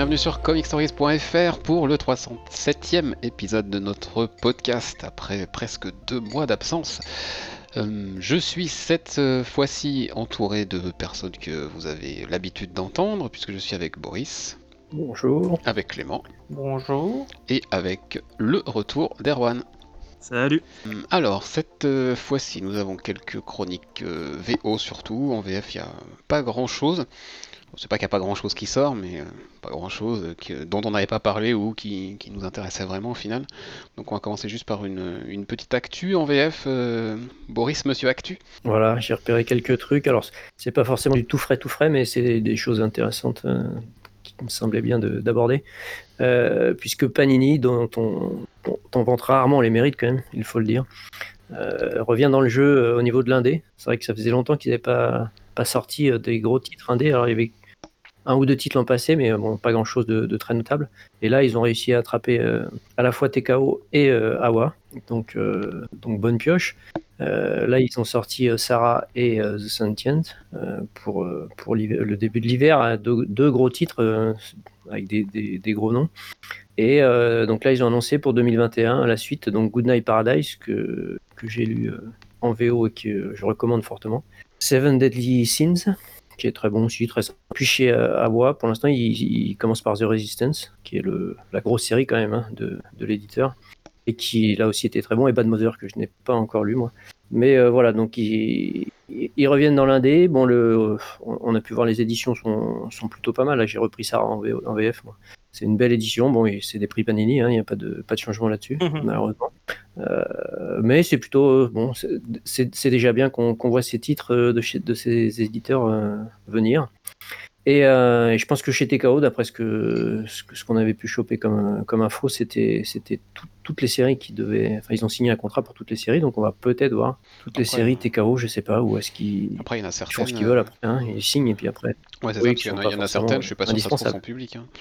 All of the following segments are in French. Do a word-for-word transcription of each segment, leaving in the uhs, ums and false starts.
bienvenue sur comic stories point f r pour le trois cent septième épisode de notre podcast après presque deux mois d'absence. Euh, je suis cette euh, fois-ci entouré de personnes que vous avez l'habitude d'entendre, puisque je suis avec Boris. Bonjour. Avec Clément. Bonjour. Et avec le retour d'Erwan. Salut. Alors, cette euh, fois-ci, nous avons quelques chroniques euh, V O surtout. En V F, il n'y a pas grand-chose. C'est pas qu'il n'y a pas grand-chose qui sort, mais euh, pas grand-chose que, dont on n'avait pas parlé ou qui, qui nous intéressait vraiment au final. Donc on va commencer juste par une, une petite actu en V F. Euh, Boris, monsieur actu. Voilà, j'ai repéré quelques trucs. Alors, c'est pas forcément du tout frais, tout frais, mais c'est des, des choses intéressantes euh, qui me semblaient bien de, d'aborder. Euh, puisque Panini, dont on, dont on vante rarement les mérites quand même, il faut le dire, euh, revient dans le jeu euh, au niveau de l'indé. C'est vrai que ça faisait longtemps qu'ils n'avaient pas, pas sorti euh, des gros titres indés. Alors, il y avait un ou deux titres l'an passé, mais bon, pas grand-chose de, de très notable. Et là, ils ont réussi à attraper euh, à la fois T K O et euh, Awa, donc, euh, donc bonne pioche. Euh, là, ils ont sorti euh, Sarah et euh, The Sentient euh, pour, euh, pour le début de l'hiver, deux, deux gros titres euh, avec des, des, des gros noms. Et euh, donc là, ils ont annoncé pour deux mille vingt et un la suite, donc Goodnight Paradise, que, que j'ai lu euh, en V O et que je recommande fortement. Seven Deadly Sins, qui est très bon aussi, très simple. Puis chez euh, Awa, pour l'instant, il, il commence par The Resistance, qui est le, la grosse série quand même hein, de, de l'éditeur, et qui là aussi était très bon, et Bad Mother, que je n'ai pas encore lu moi. Mais euh, voilà, donc ils, ils reviennent dans l'indé. Bon, le, on a pu voir les éditions sont, sont plutôt pas mal. Là, j'ai repris ça en, v, en V F, moi. C'est une belle édition. Bon, c'est des prix Panini, il hein, n'y a pas de, pas de changement là-dessus, mm-hmm. malheureusement. Euh, mais c'est plutôt bon, c'est, c'est, c'est déjà bien qu'on, qu'on voit ces titres de, chez, de ces éditeurs euh, venir. Et, euh, et je pense que chez T K O, d'après ce, que, ce, que, ce qu'on avait pu choper comme, comme info, c'était, c'était tout, toutes les séries qui devaient. Enfin, ils ont signé un contrat pour toutes les séries, donc on va peut-être voir toutes après, les séries T K O, je sais pas, où est-ce qu'ils. Après, il y en a certaines. Ils font ce qu'ils veulent après, hein, ils signent et puis après. Ouais, c'est oui, ça, parce qu'il y en a, il y en a certaines, je suis pas sûr que ça trouve son public. Hein.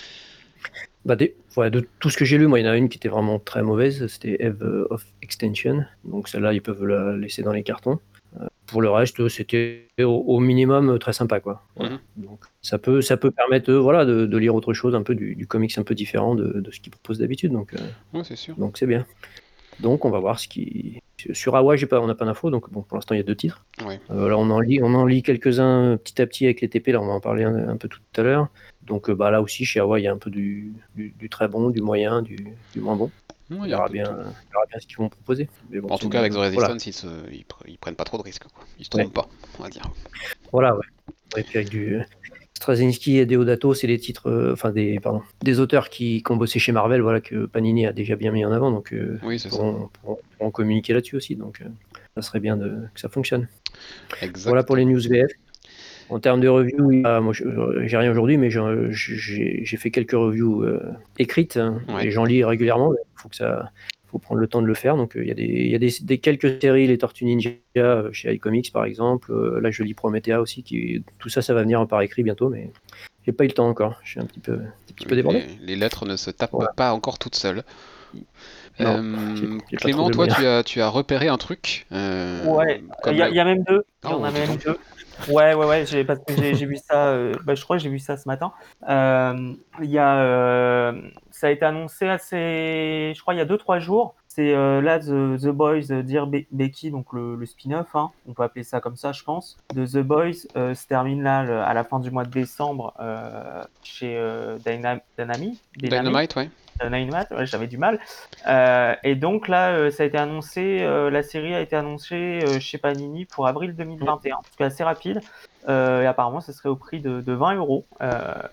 Bah des, ouais, de tout ce que j'ai lu, moi, il y en a une qui était vraiment très mauvaise, c'était Eve of Extension. Donc celle-là, ils peuvent la laisser dans les cartons. Euh, pour le reste, c'était au, au minimum très sympa, quoi. Voilà. Mm-hmm. Donc ça peut, ça peut permettre, euh, voilà, de, de lire autre chose, un peu du, du comics un peu différent de, de ce qu'ils proposent d'habitude. Donc, euh, ouais, c'est sûr. Donc c'est bien. Donc on va voir ce qui. Sur Awa, j'ai pas, on n'a pas d'infos, donc bon, pour l'instant il y a deux titres. Ouais. Euh, là on en lit, on en lit quelques-uns petit à petit avec les T P. Là on va en parler un, un peu tout à l'heure. Donc bah là aussi chez Awa il y a un peu du, du, du très bon, du moyen, du, du moins bon. Ouais, on verra bien, bien ce qu'ils vont proposer. Mais bon, en tout cas avec The Resistance, voilà. ils, se, ils, ils prennent pas trop de risques. Quoi. Ils se trompent ouais. pas, on va dire. Voilà, ouais. Et puis avec du Straczynski et Deodato, c'est des titres, euh, enfin des, pardon, des auteurs qui, qui ont bossé chez Marvel, voilà, que Panini a déjà bien mis en avant, donc euh, oui, c'est pourront, ça. Pourront, pourront communiquer là-dessus aussi, donc euh, ça serait bien de, que ça fonctionne. Exactement. Voilà pour les news V F. En termes de reviews, euh, moi je, j'ai rien aujourd'hui, mais j'ai, j'ai, j'ai fait quelques reviews euh, écrites hein, ouais. et j'en lis régulièrement. Il faut que ça, faut prendre le temps de le faire. Donc il euh, y a des, il y a des, des quelques séries, les Tortues Ninja euh, chez iComics par exemple. Euh, là je lis Promethea aussi. Qui, tout ça, ça va venir par écrit bientôt, mais j'ai pas eu le temps encore. Je suis un petit peu, un petit peu débordé. Les, les lettres ne se tapent ouais. pas encore toutes seules. Non, euh, j'ai, j'ai Clément, toi, tu as, tu as repéré un truc. Euh, ouais, il y, la... y a même deux. Il y oh, en a même deux. Ouais, ouais, ouais, j'ai, parce que j'ai, j'ai vu ça, euh, bah, je crois que j'ai vu ça ce matin. Euh, il y a, euh, ça a été annoncé assez, je crois, il y a deux trois jours. C'est euh, là The, The Boys, Dear Be- Becky, donc le, le spin-off, hein, on peut appeler ça comme ça, je pense. De The Boys euh, se termine là le, à la fin du mois de décembre euh, chez euh, Dynam- Dynamite. Dynamite, ouais. Dynamite, ouais, j'avais du mal. Euh, et donc là, euh, ça a été annoncé, euh, la série a été annoncée euh, chez Panini pour avril deux mille vingt et un, c'est assez rapide. Euh, et apparemment, ce serait au prix de, de vingt euros. Euh,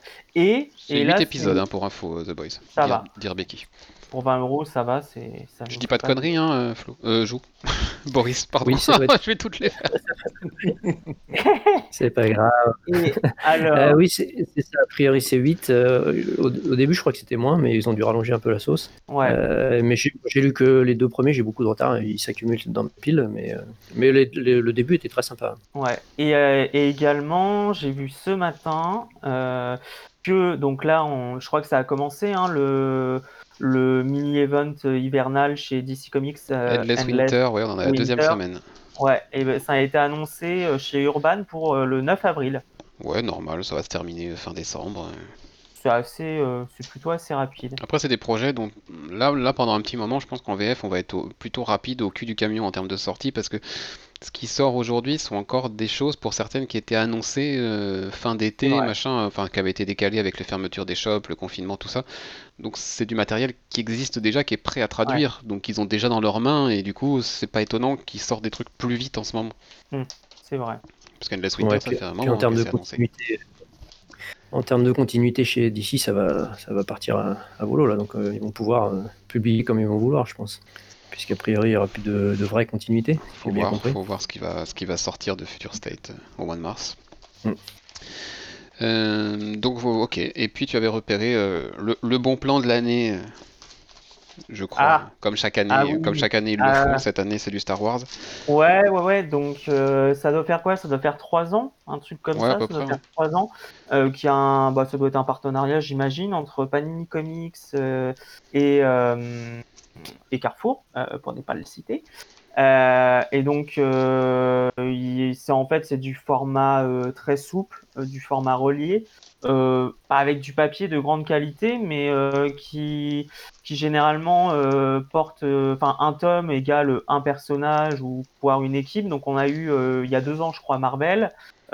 et c'est et huit là, épisodes c'est... Hein, pour info, The Boys. Ça dire, va. Dire Becky. Pour vingt euros, ça va. C'est, ça je dis pas de conneries, hein, euh, Flo. Euh, Jou. Boris, pardon. Oui, je vais toutes les faire. C'est pas grave. Et alors... euh, oui, c'est, c'est ça. A priori, c'est huit. Euh, au, au début, je crois que c'était moins, mais ils ont dû rallonger un peu la sauce. Ouais. Euh, mais j'ai, j'ai lu que les deux premiers, j'ai beaucoup de retard. Ils s'accumulent dans ma pile, mais, euh, mais les, les, le début était très sympa. Ouais. Et, euh, et également, j'ai vu ce matin euh, que, donc là, on, je crois que ça a commencé, hein, le. le mini-event hivernal chez D C Comics. Euh, Endless, Endless Winter, ouais, on en a la deuxième semaine. Ouais, et ben, ça a été annoncé chez Urban pour euh, le neuf avril. Ouais, normal, ça va se terminer fin décembre. c'est assez, euh, c'est plutôt assez rapide. Après, c'est des projets dont là, là, pendant un petit moment, je pense qu'en V F, on va être au- plutôt rapide au cul du camion en termes de sortie parce que ce qui sort aujourd'hui sont encore des choses pour certaines qui étaient annoncées euh, fin C'est d'été, vrai. machin, enfin qui avaient été décalées avec les fermetures des shops, le confinement, tout ça. Donc c'est du matériel qui existe déjà, qui est prêt à Ouais. traduire. Donc ils ont déjà dans leurs mains et du coup, c'est pas étonnant qu'ils sortent des trucs plus vite en ce moment. Hmm, c'est vrai. Parce qu'Endless Winter, Ouais, ça puis, fait un puis en moment hein, termes que de c'est annoncé. continuité, en termes de continuité chez D C, ça va, ça va partir à, à volo là, donc euh, ils vont pouvoir euh, publier comme ils vont vouloir, je pense, puisqu'a priori il y aura plus de, de vraie continuité, si Faut j'ai bien voir, compris. faut voir ce qui va, ce qui va sortir de Future State euh, au mois de mars. Mm. Euh, donc vo- ok. Et puis tu avais repéré euh, le, le bon plan de l'année, euh, je crois. Ah, Comme chaque ah année, comme oui. chaque année ils le font. Euh, Cette année c'est du Star Wars. ouais, ouais, ouais. Donc, euh, ça doit faire quoi? Ça doit faire trois ans, un truc comme Ouais, à ça. peu Ça doit près. faire Ouais. trois ans. Euh, qui a un, bah, ça doit être un partenariat, j'imagine, entre Panini Comics euh, et, euh, et Carrefour, euh, pour ne pas le citer. Euh, et donc, euh, il- c'est en fait c'est du format euh, très souple, euh, du format relié, euh, pas avec du papier de grande qualité, mais euh, qui qui généralement euh, porte, euh, enfin un tome égale un personnage ou voire une équipe. Donc on a eu euh, il y a deux ans, je crois, Marvel.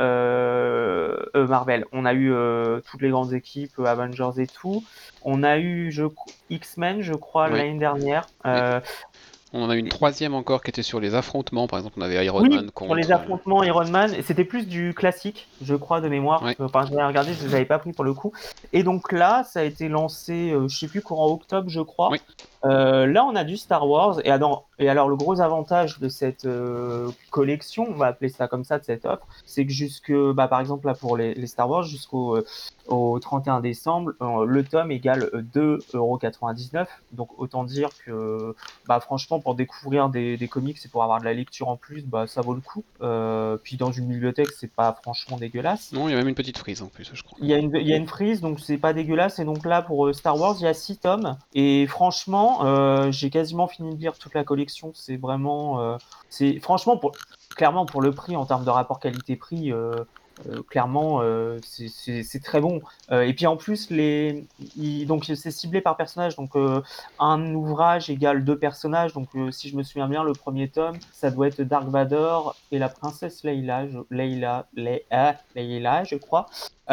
Euh, euh, Marvel. On a eu euh, toutes les grandes équipes, euh, Avengers et tout. On a eu je, X-Men, je crois, Oui. l'année dernière. Et Euh, on en a une troisième encore qui était sur les affrontements. Par exemple, on avait Iron Oui, Man sur les contre. euh, affrontements Iron Man, et c'était plus du classique, je crois, de mémoire. Ouais. Enfin, j'avais regardé, je ne les avais pas pris pour le coup. Et donc là, ça a été lancé, euh, je sais plus, courant octobre, je crois. Oui. Euh, là, on a du Star Wars. Et, alors, et alors, le gros avantage de cette euh, collection, on va appeler ça comme ça, de cette offre, c'est que jusque, bah, par exemple, là, pour les, les Star Wars, jusqu'au euh, au trente et un décembre, euh, le tome égale deux euros quatre-vingt-dix-neuf. Donc, autant dire que bah franchement pour découvrir des, des comics et pour avoir de la lecture en plus, bah ça vaut le coup. Euh, puis dans une bibliothèque, c'est pas franchement dégueulasse. Non, il y a même une petite frise en plus, je crois. Il y a une, il y a une frise, donc c'est pas dégueulasse. Et donc là, pour euh, Star Wars, il y a six tomes. Et franchement, euh, j'ai quasiment fini de lire toute la collection. C'est vraiment, euh, c'est franchement pour, clairement pour le prix en termes de rapport qualité-prix. Euh, euh, clairement, euh, c'est- c'est c'est très bon. Euh, et puis en plus, les, il- donc c'est ciblé par personnage. Donc euh, un ouvrage égale deux personnages. Donc euh, si je me souviens bien, le premier tome, ça doit être Dark Vador et la princesse Leila, je, Leila, Leila, Leila, je crois.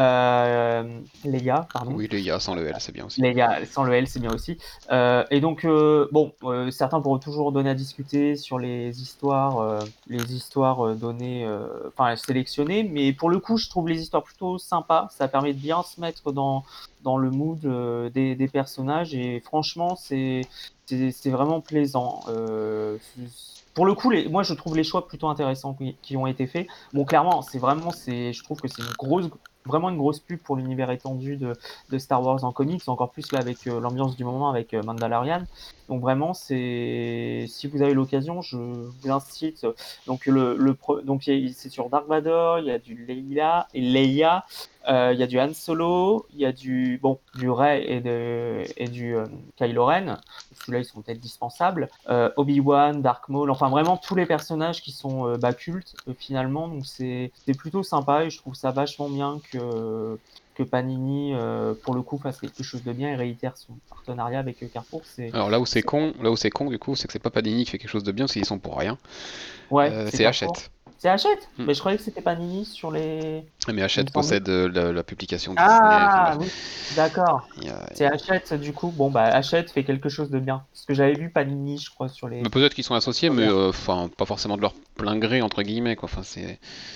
Euh, Leia, pardon. Oui, les gars, sans le L, c'est bien aussi. Leia, sans le L, c'est bien aussi. Euh, et donc, euh, bon, euh, certains pourront toujours donner à discuter sur les histoires, euh, les histoires euh, données, euh, enfin sélectionnées. Mais pour le coup, je trouve les histoires plutôt sympas. Ça permet de bien se mettre dans dans le mood euh, des, des personnages. Et franchement, c'est c'est c'est vraiment plaisant. Euh, pour le coup, les, moi, je trouve les choix plutôt intéressants qui, qui ont été faits. Bon, clairement, c'est vraiment, c'est, je trouve que c'est une grosse, vraiment une grosse pub pour l'univers étendu de, de Star Wars en comics, encore plus là avec euh, l'ambiance du moment avec euh, Mandalorian. Donc vraiment, c'est, si vous avez l'occasion, je vous incite. Donc le, le donc c'est sur Dark Vador, il y a du Leia et Leia. Euh, Il y a du Han Solo, il y a du bon du Rey et, de, et du euh, Kylo Ren. Celui-là, ils sont peut-être dispensables. Euh, Obi-Wan, Dark Maul, enfin vraiment tous les personnages qui sont euh, bah, cultes euh, finalement. Donc c'est c'est plutôt sympa et je trouve ça vachement bien que que Panini euh, pour le coup fasse quelque chose de bien et réitère son partenariat avec euh, Carrefour. C'est Alors là où c'est c'est- con, là où c'est con du coup, c'est que c'est pas Panini qui fait quelque chose de bien parce qu'ils sont pour rien. ouais, Euh, c'est c'est Carrefour. Hachette. C'est Hachette, Hmm. mais je croyais que c'était Panini sur les. Mais Il me Hachette semblait. possède euh, la, la publication Disney. Enfin Ah bref. oui, d'accord. Il y a- C'est Hachette, du coup. Bon, bah, Hachette fait quelque chose de bien. Parce que j'avais vu Panini, je crois, sur Mais les peut-être qu'ils sont associés, mais premières. euh, enfin pas forcément de leur plein gré entre guillemets quoi. Enfin c'est.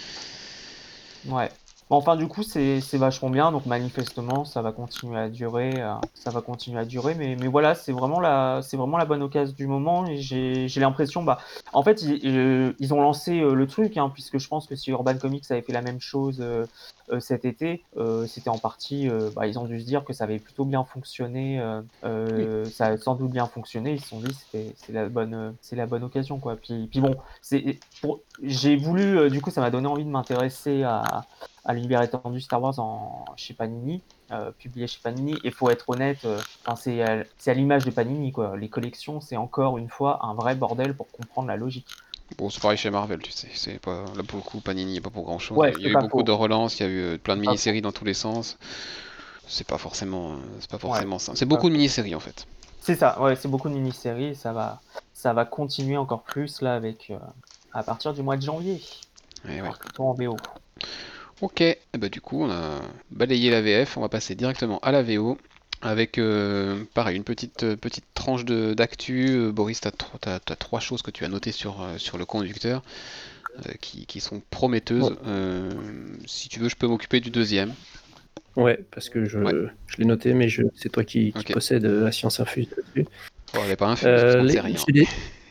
Ouais. Bon, enfin, du coup, c'est c'est vachement bien. Donc, manifestement, ça va continuer à durer. euh, ça va continuer à durer. Mais, mais voilà, c'est vraiment la, c'est vraiment la bonne occasion du moment. Et j'ai j'ai l'impression, bah, en fait, ils, ils- ils ont lancé euh, le truc, hein, puisque je pense que si Urban Comics avait fait la même chose euh, euh, cet été, euh, c'était en partie, euh, bah, ils ont dû se dire que ça avait plutôt bien fonctionné. euh, Oui. euh, ça a sans doute bien fonctionné. Ils se sont dit, c'était, c'est la bonne, euh, c'est la bonne occasion, quoi. Puis, puis bon, c'est, pour- j'ai voulu, euh, du coup, ça m'a donné envie de m'intéresser à à l'univers étendu Star Wars en, chez Panini, euh, publié chez Panini. Et faut être honnête, euh, enfin, c'est à, c'est à l'image de Panini, quoi. Les collections, c'est encore une fois un vrai bordel pour comprendre la logique. Bon, c'est pareil chez Marvel, tu sais. C'est pas là pour le coup Panini, il y a pas pour grand chose. Ouais, Il y a c'est eu pas beaucoup faux. de relances, il y a eu euh, plein de C'est pas faux. mini-séries dans tous les sens. c'est pas forcément, euh, c'est pas Ouais, forcément ça. c'est C'est pas beaucoup de faux. mini-séries en fait. C'est ça, ouais, c'est beaucoup de mini-séries. Ça va, ça va continuer encore plus là avec euh, à partir du mois de janvier. Ouais, ouais. Alors plutôt en V O. Ok, et bah du coup on a balayé la V F, on va passer directement à la V O avec euh, pareil une petite euh, petite tranche de d'actu. Euh, Boris, t'as, tro- t'as- t'as trois choses que tu as notées sur euh, sur le conducteur euh, qui, qui sont prometteuses. Bon, Euh, si tu veux, je peux m'occuper du deuxième. ouais, parce que Ouais, je, je l'ai noté, mais je, c'est toi qui, qui ok. possède la science infuse là-dessus. Oh, elle est pas infuse parce Euh, qu'on ne sait les, rien. c'est des,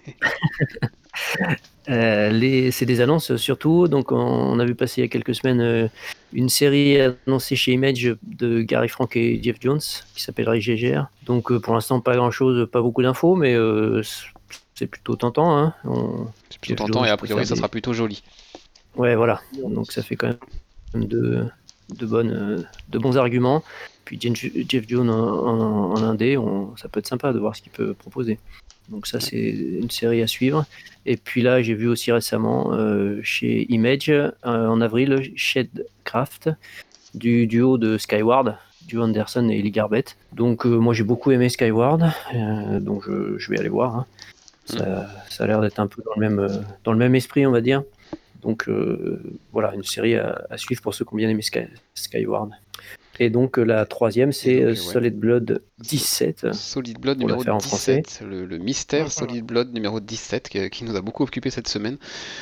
euh, les- c'est des annonces surtout. Donc, on, on a vu passer il y a quelques semaines euh, une série annoncée chez Image de Gary Frank et Jeff Jones qui s'appellerait G G R. Donc, euh, pour l'instant, pas grand-chose, pas beaucoup d'infos, mais euh, c'est c'est plutôt tentant. Hein. On- C'est plutôt Jeff tentant Jones et a peut priori faire ça des. sera plutôt joli. Ouais, voilà. Donc, ça fait quand même de, de, bonnes, euh, de bons arguments. Puis Jen- Jeff Jones en, en- en indé, on- ça peut être sympa de voir ce qu'il peut proposer. Donc ça, Ouais. c'est une série à suivre. Et puis là, j'ai vu aussi récemment euh, chez Image, euh, en avril, Shedcraft, du duo de Skyward, du Anderson et Lee Garbett. Donc euh, moi, j'ai beaucoup aimé Skyward, euh, donc je, je vais aller voir. Hein. Hmm. Ça, ça a l'air d'être un peu dans le même, euh, dans le même esprit, on va dire. Donc euh, voilà, une série à, à suivre pour ceux qui ont bien aimé Sky- Skyward. Et donc euh, la troisième, Et c'est euh, donc, euh, ouais. Solid Blood So- dix-sept, Solid Blood pour la numéro faire en français. dix-sept, le, le mystère Solid Blood numéro dix-sept qui, qui nous a beaucoup occupé cette semaine.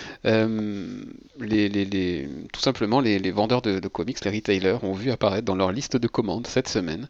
Euh, les, les- les- tout simplement, les, les vendeurs de, de comics, les retailers, ont vu apparaître dans leur liste de commandes cette semaine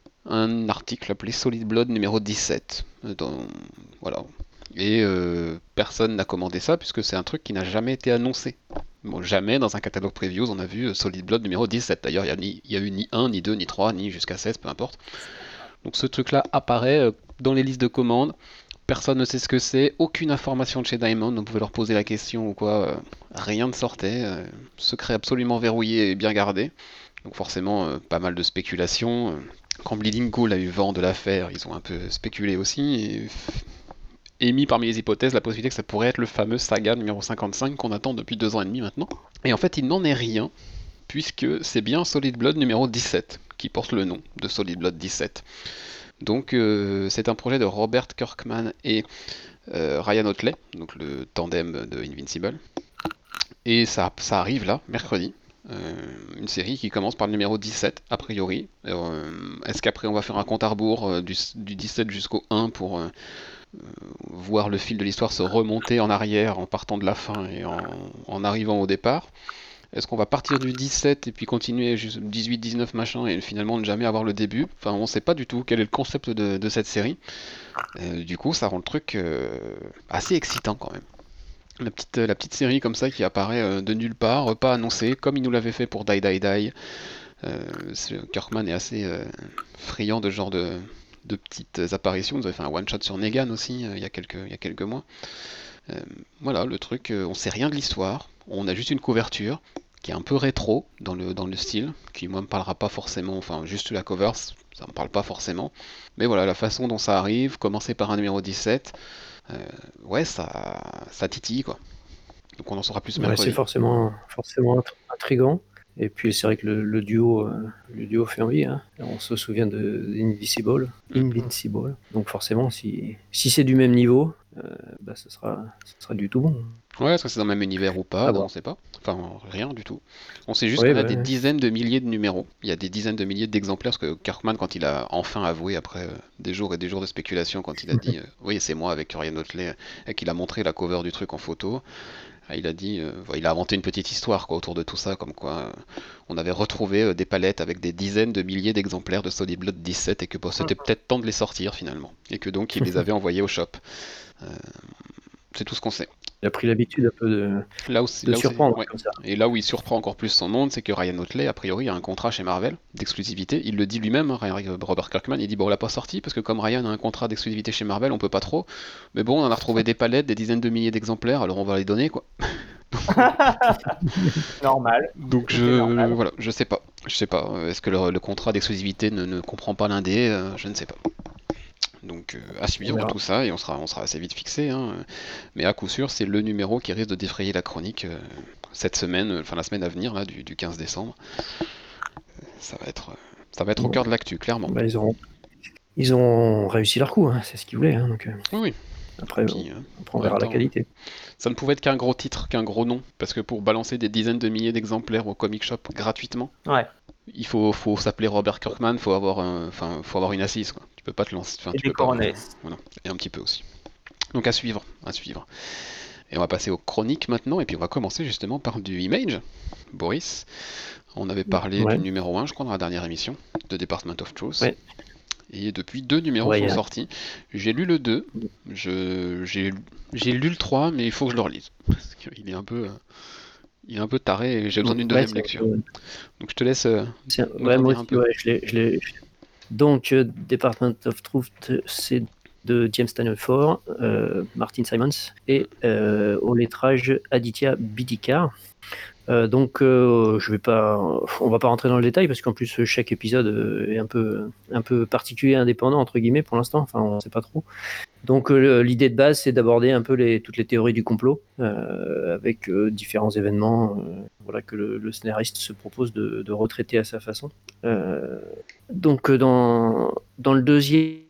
un article appelé Solid Blood numéro dix-sept. euh, Dans, voilà. Et euh, personne n'a commandé ça puisque c'est un truc qui n'a jamais été annoncé. Bon, jamais dans un catalogue previews on a vu euh, Solid Blood numéro dix-sept. D'ailleurs, il n'y a, a, eu ni un, ni deux, ni trois, ni jusqu'à seize, peu importe. Donc ce truc-là apparaît euh, dans les listes de commandes. Personne ne sait ce que c'est, aucune information de chez Diamond, on pouvait leur poser la question ou quoi, euh, rien ne sortait, euh, secret absolument verrouillé et bien gardé. Donc forcément, euh, pas mal de spéculation. euh. Quand Bleeding Cool a eu vent de l'affaire, ils ont un peu spéculé aussi et émis parmi les hypothèses la possibilité que ça pourrait être le fameux saga numéro cinquante-cinq qu'on attend depuis deux ans et demi maintenant. Et en fait, il n'en est rien, puisque c'est bien Solid Blood numéro dix-sept qui porte le nom de Solid Blood dix-sept. Donc euh, c'est un projet de Robert Kirkman et euh, Ryan Otley, donc le tandem de Invincible. Et ça, ça arrive là, mercredi. Euh, une série qui commence par le numéro dix-sept, a priori. Euh, est-ce qu'après on va faire un compte à rebours euh, du, du dix-sept jusqu'au un pour euh, voir le fil de l'histoire se remonter en arrière en partant de la fin et en, en arrivant au départ? Est-ce qu'on va partir du dix-sept et puis continuer jusqu'au dix-huit dix-neuf machin et finalement ne jamais avoir le début? Enfin, on sait pas du tout quel est le concept de, de cette série. Euh, du coup, ça rend le truc euh, assez excitant quand même. La petite, la petite série comme ça qui apparaît euh, de nulle part, pas annoncée, comme il nous l'avait fait pour Die Die Die. Euh, Kirkman est assez euh, friand de ce genre de, de petites apparitions. Vous avez fait un one-shot sur Negan aussi euh, il, y a quelques, il y a quelques mois. Euh, voilà, le truc, euh, on sait rien de l'histoire, on a juste une couverture qui est un peu rétro dans le, dans le style, qui moi me parlera pas forcément, enfin juste la cover, ça me parle pas forcément. Mais voilà, la façon dont ça arrive, commencer par un numéro dix-sept, euh, ouais, ça, ça titille quoi. Donc on en saura plus Ouais, c'est mercredi. forcément, forcément intriguant. Et puis c'est vrai que le, le duo, euh, le duo fait envie. Hein. On se souvient de Invincible, Mm. Invincible. Donc forcément, si, si c'est du même niveau, euh, bah, ce sera, ce sera du tout bon. Ouais, est-ce que c'est dans le même univers ou pas? À Non, on voir. sait pas. Enfin, rien du tout. On sait juste Oui, qu'on a bah, des ouais. dizaines de milliers de numéros. Il y a des dizaines de milliers d'exemplaires, parce que Kirkman, quand il a enfin avoué, après euh, des jours et des jours de spéculation, quand il a dit euh, oui, c'est moi avec Ryan Otley, et qu'il a montré la cover du truc en photo, ah, il a dit, euh, il a inventé une petite histoire quoi, autour de tout ça, comme quoi euh, on avait retrouvé euh, des palettes avec des dizaines de milliers d'exemplaires de Solid Blood dix-sept et que bon, c'était peut-être temps de les sortir finalement. Et que donc il les avait envoyés au shop. Euh, c'est tout ce qu'on sait. Il a pris l'habitude un peu de, Là où, c'est- de là où c'est- surprendre ouais. comme ça. Et là où il surprend encore plus son monde, c'est que Ryan Otley, a priori, a un contrat chez Marvel d'exclusivité. Il le dit lui-même, hein, Robert Kirkman, il dit bon, on l'a pas sorti parce que comme Ryan a un contrat d'exclusivité chez Marvel, on peut pas trop. Mais bon, on en a retrouvé des palettes, des dizaines de milliers d'exemplaires, alors on va les donner quoi. Normal. Donc Tout est je, normal. voilà, je sais pas, je sais pas. Est-ce que le, le contrat d'exclusivité ne, ne comprend pas l'indé? Euh, Je ne sais pas. Donc euh, à On suivre verra. tout ça et on sera, on sera assez vite fixé. Hein. Mais à coup sûr, c'est le numéro qui risque de défrayer la chronique euh, cette semaine, euh, enfin la semaine à venir là, du, du quinze décembre. Ça va être, euh, Ça va être au Bon. cœur de l'actu, clairement. Bah, ils ont ils ont réussi leur coup, hein, c'est ce qu'ils voulaient. Hein, donc, euh, Oui, oui. après, Puis, euh, après, on en verra même la temps, qualité. ça ne pouvait être qu'un gros titre, qu'un gros nom, parce que pour balancer des dizaines de milliers d'exemplaires au comic shop gratuitement, Ouais. il faut, faut s'appeler Robert Kirkman, faut avoir, un, enfin, faut avoir une assise, quoi. Tu peux pas te lancer, enfin, Et tu des peux pas, coronets. voilà, et un petit peu aussi. Donc à suivre, à suivre. Et on va passer aux chroniques maintenant, et puis on va commencer justement par du Image. Boris, on avait parlé Ouais. du numéro un, je crois, dans la dernière émission, de Department of Truth. Ouais. Et depuis, deux numéros Ouais, sont y a- sortis. J'ai lu le deux, je, j'ai, j'ai lu le trois, mais il faut que je le relise. Parce qu'il est un peu, euh, il est un peu taré et j'ai besoin d'une Ouais, deuxième c'est- lecture. Donc je te laisse euh, c'est- nous ouais, en moi dire un aussi, peu. ouais, je l'ai- je l'ai- Donc, euh, Department of Truth, c'est de James Tynion Ford, euh, Martin Simons et euh, au lettrage Aditya Bidikar. Euh, donc, euh, je vais pas, on va pas rentrer dans le détail parce qu'en plus chaque épisode euh, est un peu, un peu particulier, indépendant entre guillemets pour l'instant. Enfin, on sait pas trop. Donc, euh, l'idée de base, c'est d'aborder un peu les, toutes les théories du complot euh, avec euh, différents événements, euh, voilà que le, le scénariste se propose de, de retraiter à sa façon. Euh, donc, euh, dans dans le deuxième,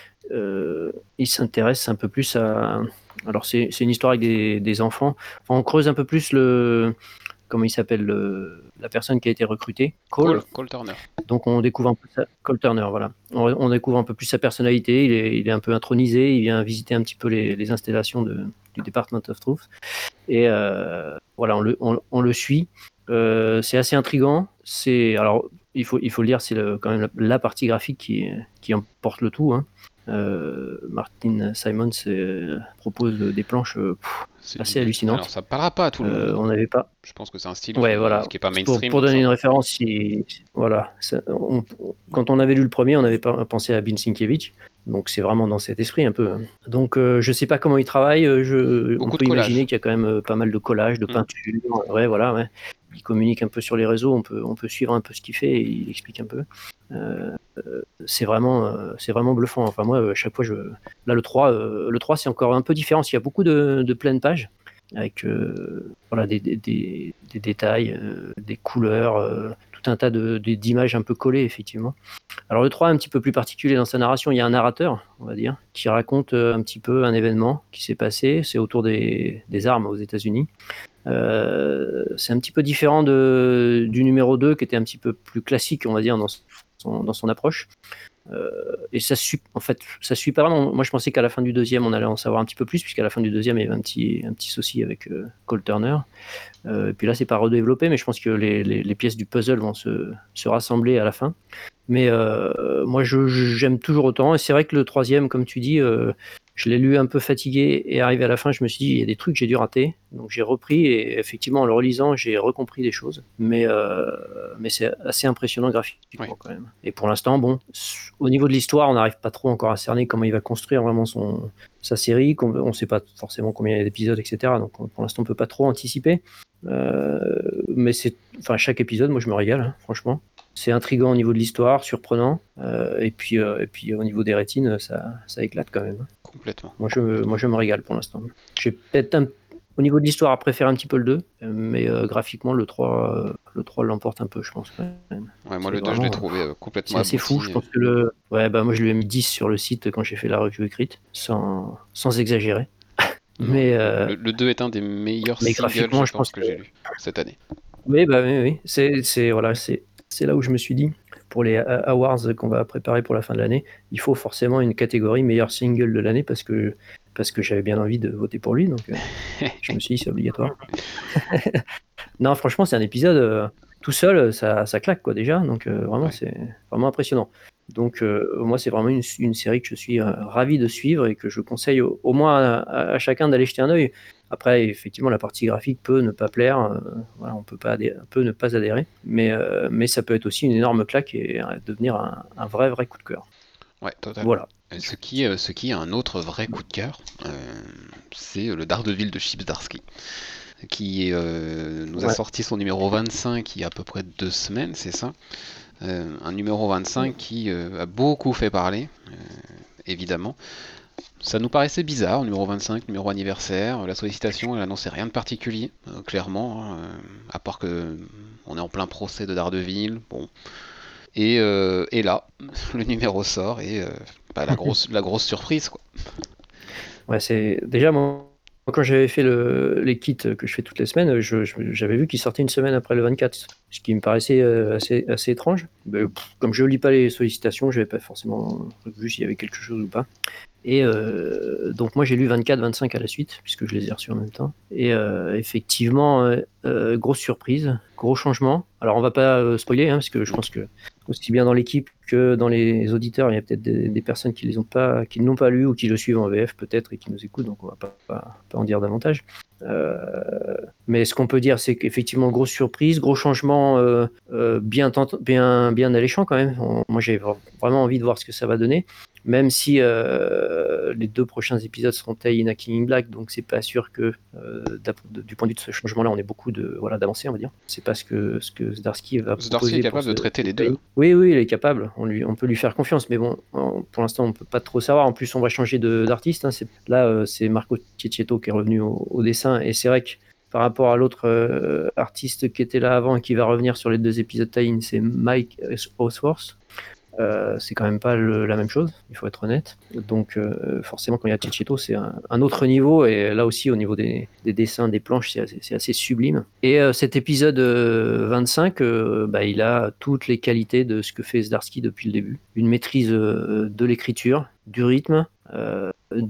euh, il s'intéresse un peu plus à. Alors, c'est c'est une histoire avec des, des enfants. Enfin, on creuse un peu plus le comment il s'appelle le- la personne qui a été recrutée, Cole. Cole, Cole Turner. Donc on découvre un peu sa, Cole Turner, voilà. On, on découvre un peu plus sa personnalité. Il est, il est un peu intronisé. Il vient visiter un petit peu les, les installations de, du Department of Truth. Et euh, voilà, on le, on, on le suit. Euh, c'est assez intriguant. C'est alors il faut, il faut le dire, c'est le- quand même la, la partie graphique qui, qui emporte le tout. Hein. Euh, Martin Simons euh, propose des planches euh, pff, C'est assez du- hallucinantes. Alors ça parlera pas à tout le Euh, monde. on n'avait pas. Je pense que c'est un style Ouais, qui, voilà. qui est pas Pour, mainstream. pour donc donner ça une va. référence, si, voilà, ça- on- quand on avait lu le premier, on avait pas pensé à Bin Sienkiewicz, donc c'est vraiment dans cet esprit un peu. hein. Donc euh, je sais pas comment il travaille. euh, Je, on Beaucoup de peut imaginer collage. qu'il y a quand même euh, pas mal de collages, de Mm. peintures. Ouais, voilà. Ouais. Il communique un peu sur les réseaux. On peut, on peut suivre un peu ce qu'il fait et il explique un peu. Euh, euh, c'est vraiment, euh, c'est vraiment bluffant. Enfin moi, à chaque fois, je, là le trois, euh, le trois c'est encore un peu différent. Il y a beaucoup de, de pleines pages avec euh, voilà, des, des, des, des détails, euh, des couleurs, euh, tout un tas de, de- d'images un peu collées, effectivement. Alors le trois est un petit peu plus particulier dans sa narration. Il y a un narrateur, on va dire, qui raconte euh, un petit peu un événement qui s'est passé. C'est autour des, des armes aux États-Unis. Euh, c'est un petit peu différent de, du numéro deux, qui était un petit peu plus classique, on va dire, dans son, dans son approche. Euh, et ça suit, en fait, ça suit pas vraiment. Moi, je pensais qu'à la fin du deuxième, on allait en savoir un petit peu plus, puisqu'à la fin du deuxième, il y avait un petit, un petit souci avec euh, Cole Turner. Euh, et puis là, c'est pas redéveloppé, mais je pense que les, les, les pièces du puzzle vont se, se rassembler à la fin. Mais euh, moi, je, je- j'aime toujours autant. Et c'est vrai que le troisième, comme tu dis, euh, je l'ai lu un peu fatigué et arrivé à la fin, je me suis dit, il y a des trucs que j'ai dû rater. Donc j'ai repris et effectivement, en le relisant, j'ai recompris des choses. Mais, euh, mais c'est assez impressionnant graphiquement Oui. quand même. Et pour l'instant, bon, au niveau de l'histoire, on n'arrive pas trop encore à cerner comment il va construire vraiment son, sa série. On ne sait pas forcément combien il y a d'épisodes, et cetera. Donc pour l'instant, on ne peut pas trop anticiper. Euh, mais c'est, enfin, chaque épisode, moi, je me régale, hein, franchement. C'est intriguant au niveau de l'histoire, surprenant. Euh, et, puis, euh, et puis au niveau des rétines, ça, ça éclate quand même. Complètement. Moi, je, moi, je me régale pour l'instant. J'ai peut-être un, au niveau de l'histoire à préférer un petit peu le deux, mais euh, graphiquement, le trois, euh, le trois l'emporte un peu, je pense. Quand même. Ouais, moi C'est le deux, je l'ai vraiment, trouvé euh, C'est complètement assez fou. abouti. Je pense que le. Ouais, bah, moi, je lui ai mis dix sur le site quand j'ai fait la review écrite, sans, sans exagérer. Non, Mais, le, euh, le- le deux est un des meilleurs mais singles, graphiquement, je je pense, pense que, que. j'ai lu cette année. Oui, bah, oui, oui. C'est, c'est, voilà, c'est, c'est là où je me suis dit, pour les a- awards qu'on va préparer pour la fin de l'année, il faut forcément une catégorie meilleur single de l'année parce que, parce que j'avais bien envie de voter pour lui. Donc, euh, je me suis dit, c'est obligatoire. Non, franchement, c'est un épisode euh, tout seul, ça, ça claque, quoi, déjà. Donc, euh, vraiment, Ouais. c'est vraiment impressionnant. Donc, euh, moi, c'est vraiment une, une série que je suis euh, ravi de suivre et que je conseille au, au moins à, à- à chacun d'aller jeter un œil. Après, effectivement, la partie graphique peut ne pas plaire, euh, voilà, on peut, pas adhérer- peut ne pas adhérer, mais, euh, mais ça peut être aussi une énorme claque et euh, devenir un, un vrai, vrai coup de cœur. Ouais, totalement. Voilà. Euh, Ce qui, euh, ce qui est un autre vrai coup de cœur, euh, c'est le Daredevil de Chip Zdarsky, qui euh, nous a Ouais. sorti son numéro vingt-cinq il y a à peu près deux semaines, c'est ça. Euh, un numéro vingt-cinq qui euh, a beaucoup fait parler, euh, évidemment. Ça nous paraissait bizarre, numéro vingt-cinq, numéro anniversaire. La sollicitation, elle annonçait rien de particulier, euh, clairement, hein, euh, à part que euh, on est en plein procès de Daredevil. Bon, Et, euh, et là, le numéro sort et euh, bah, la, grosse, la grosse surprise, quoi. Ouais, c'est déjà moi, quand j'avais fait le, les kits que je fais toutes les semaines, je, je, j'avais vu qu'ils sortaient une semaine après le vingt-quatre, ce qui me paraissait euh, assez, assez étrange. Mais, pff, comme je lis pas les sollicitations, je n'avais pas forcément vu s'il y avait quelque chose ou pas. Et euh, donc moi j'ai lu vingt-quatre vingt-cinq à la suite, puisque je les ai reçus en même temps. Et euh, effectivement, euh, euh, grosse surprise, gros changement. Alors on va pas euh, spoiler, hein, parce que je pense que aussi bien dans l'équipe que dans les auditeurs, il y a peut-être des, des personnes qui les ont pas, qui ne l'ont pas lu ou qui le suivent en V F peut-être et qui nous écoutent, donc on va pas, pas, pas en dire davantage. Euh, mais ce qu'on peut dire, c'est qu'effectivement, grosse surprise, gros changement, euh, euh, bien, tent- bien, bien alléchant quand même. On- moi j'ai vraiment envie de voir ce que ça va donner. Même si euh, les deux prochains épisodes seront taillés in a King in Black, donc c'est pas sûr que euh, du point de vue de ce changement-là, on ait beaucoup de voilà d'avancées, on va dire. C'est pas ce que ce que Zdarsky va Zdarsky proposer. est capable pour de traiter les deux. taille. Oui, oui, il est capable. On lui, on peut lui faire confiance, mais bon, on, pour l'instant, on peut pas trop savoir. En plus, on va changer de, d'artiste. Hein. C'est, là, euh, c'est Marco Cecchetto qui est revenu au, au dessin, et c'est vrai que par rapport à l'autre euh, artiste qui était là avant et qui va revenir sur les deux épisodes tie-in, c'est Mike Osworth. Euh, c'est quand même pas le, la même chose, il faut être honnête. Donc euh, forcément quand il y a Cecchetto, c'est un, un autre niveau, et là aussi au niveau des, des dessins, des planches, c'est assez, c'est assez sublime. Et euh, cet épisode euh, vingt-cinq, euh, bah, il a toutes les qualités de ce que fait Zdarsky depuis le début. Une maîtrise euh, de l'écriture, du rythme, euh,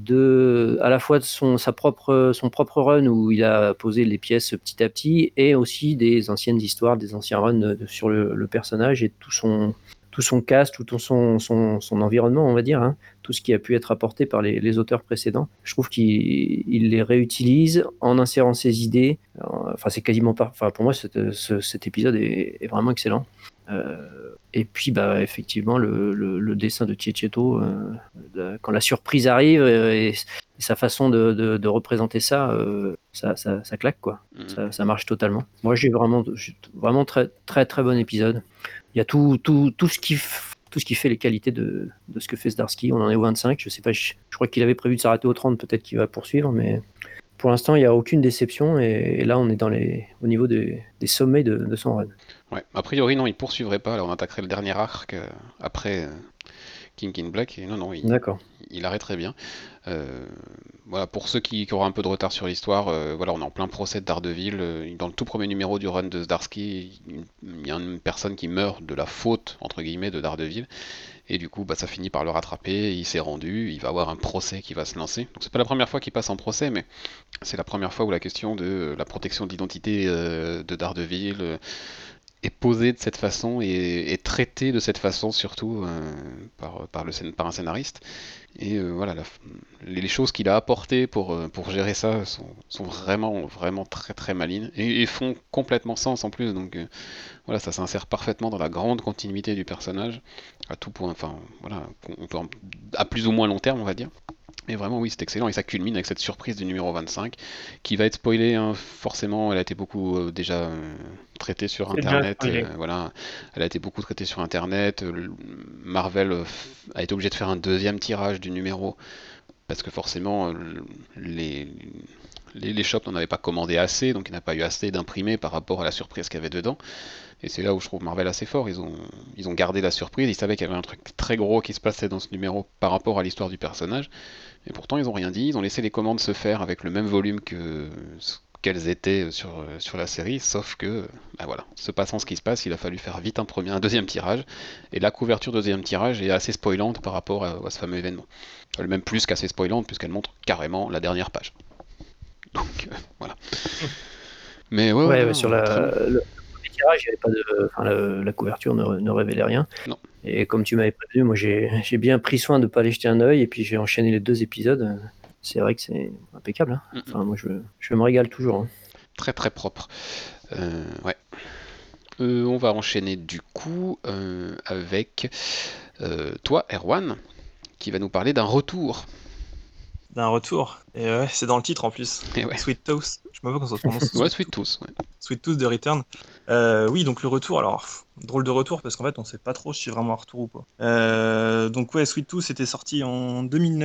de, à la fois de son, sa propre, son propre run où il a posé les pièces petit à petit, et aussi des anciennes histoires, des anciens runs de, sur le, le personnage et tout son tout son cast, tout son, son, son environnement, on va dire, hein, tout ce qui a pu être apporté par les, les auteurs précédents. Je trouve qu'il il les réutilise en insérant ses idées. Enfin, c'est quasiment pas. Enfin, pour moi, cet, ce, cet épisode est, est vraiment excellent. Euh, et puis, bah, effectivement, le, le, le dessin de Cecchetto, euh, de, quand la surprise arrive euh, et, et sa façon de, de, de représenter ça, euh, ça, ça, ça claque, quoi. Mmh. Ça, ça marche totalement. Moi, j'ai vraiment, j'ai vraiment très, très, très bon épisode. Il y a tout, tout, tout, ce qui f... tout ce qui fait les qualités de, de ce que fait Zdarsky. On en est au vingt-cinq. Je sais pas, je, je crois qu'il avait prévu de s'arrêter au trente. Peut-être qu'il va poursuivre, mais pour l'instant, il n'y a aucune déception. Et, et là, on est dans les, au niveau des, des sommets de, de son run. Ouais, a priori, non, il poursuivrait pas. Là, on attaquerait le dernier arc euh, après euh, King in Black. Et non, non, il, il arrêterait bien. Euh, voilà, pour ceux qui, qui auront un peu de retard sur l'histoire, euh, voilà, on est en plein procès de Daredevil. Euh, dans le tout premier numéro du run de Zdarsky, il y a une personne qui meurt de la faute, entre guillemets, de Daredevil. Et du coup, bah, ça finit par le rattraper, il s'est rendu, il va avoir un procès qui va se lancer. Donc c'est pas la première fois qu'il passe en procès, mais c'est la première fois où la question de la protection de l'identité euh, de Daredevil euh, est posée de cette façon et est traitée de cette façon, surtout euh, par, par, le, par un scénariste. Et euh, voilà, la, les choses qu'il a apportées pour, pour gérer ça sont, sont vraiment, vraiment très très malines et, et font complètement sens en plus. Donc euh, voilà, ça s'insère parfaitement dans la grande continuité du personnage, à tout point, enfin voilà, on peut en, à plus ou moins long terme, on va dire. Mais vraiment, oui, c'est excellent, et ça culmine avec cette surprise du numéro vingt-cinq, qui va être spoilée, hein, forcément, elle a été beaucoup euh, déjà euh, traitée sur C'est Internet, euh, voilà, elle a été beaucoup traitée sur Internet, euh, Marvel euh, a été obligé de faire un deuxième tirage du numéro, parce que forcément, euh, les... Les, les shops n'en avaient pas commandé assez, donc il n'y a pas eu assez d'imprimés par rapport à la surprise qu'il y avait dedans. Et c'est là où je trouve Marvel assez fort. Ils ont, ils ont gardé la surprise, ils savaient qu'il y avait un truc très gros qui se passait dans ce numéro par rapport à l'histoire du personnage. Et pourtant, ils n'ont rien dit, ils ont laissé les commandes se faire avec le même volume que ce qu'elles étaient sur, sur la série, sauf que, bah voilà, se passant ce qui se passe, il a fallu faire vite un, premier, un deuxième tirage. Et la couverture de deuxième tirage est assez spoilante par rapport à, à ce fameux événement. Elle est même plus qu'assez spoilante, puisqu'elle montre carrément la dernière page. Donc euh, voilà. Mais ouais, ouais, ouais, ouais non, sur la, bon. le premier tirage, il y avait pas de, enfin, la, la couverture ne, ne révélait rien. Non. Et comme tu m'avais prévenu, moi j'ai, j'ai bien pris soin de ne pas aller jeter un œil, et puis j'ai enchaîné les deux épisodes. C'est vrai que c'est impeccable. Hein. Enfin, moi je, je me régale toujours. Hein. Très très propre. Euh, ouais. Euh, on va enchaîner du coup euh, avec euh, toi, Erwan, qui va nous parler d'un retour. D'un retour. Et ouais, c'est dans le titre en plus. Ouais. Sweet Tooth. Je sais pas comment ça se prononce. Ouais, Sweet Tooth. Ouais. Sweet Tooth de Return. Euh, oui, donc le retour. Alors, pff, drôle de retour parce qu'en fait, on sait pas trop si c'est vraiment un retour ou pas. Euh, donc ouais, Sweet Tooth était sorti en deux mille neuf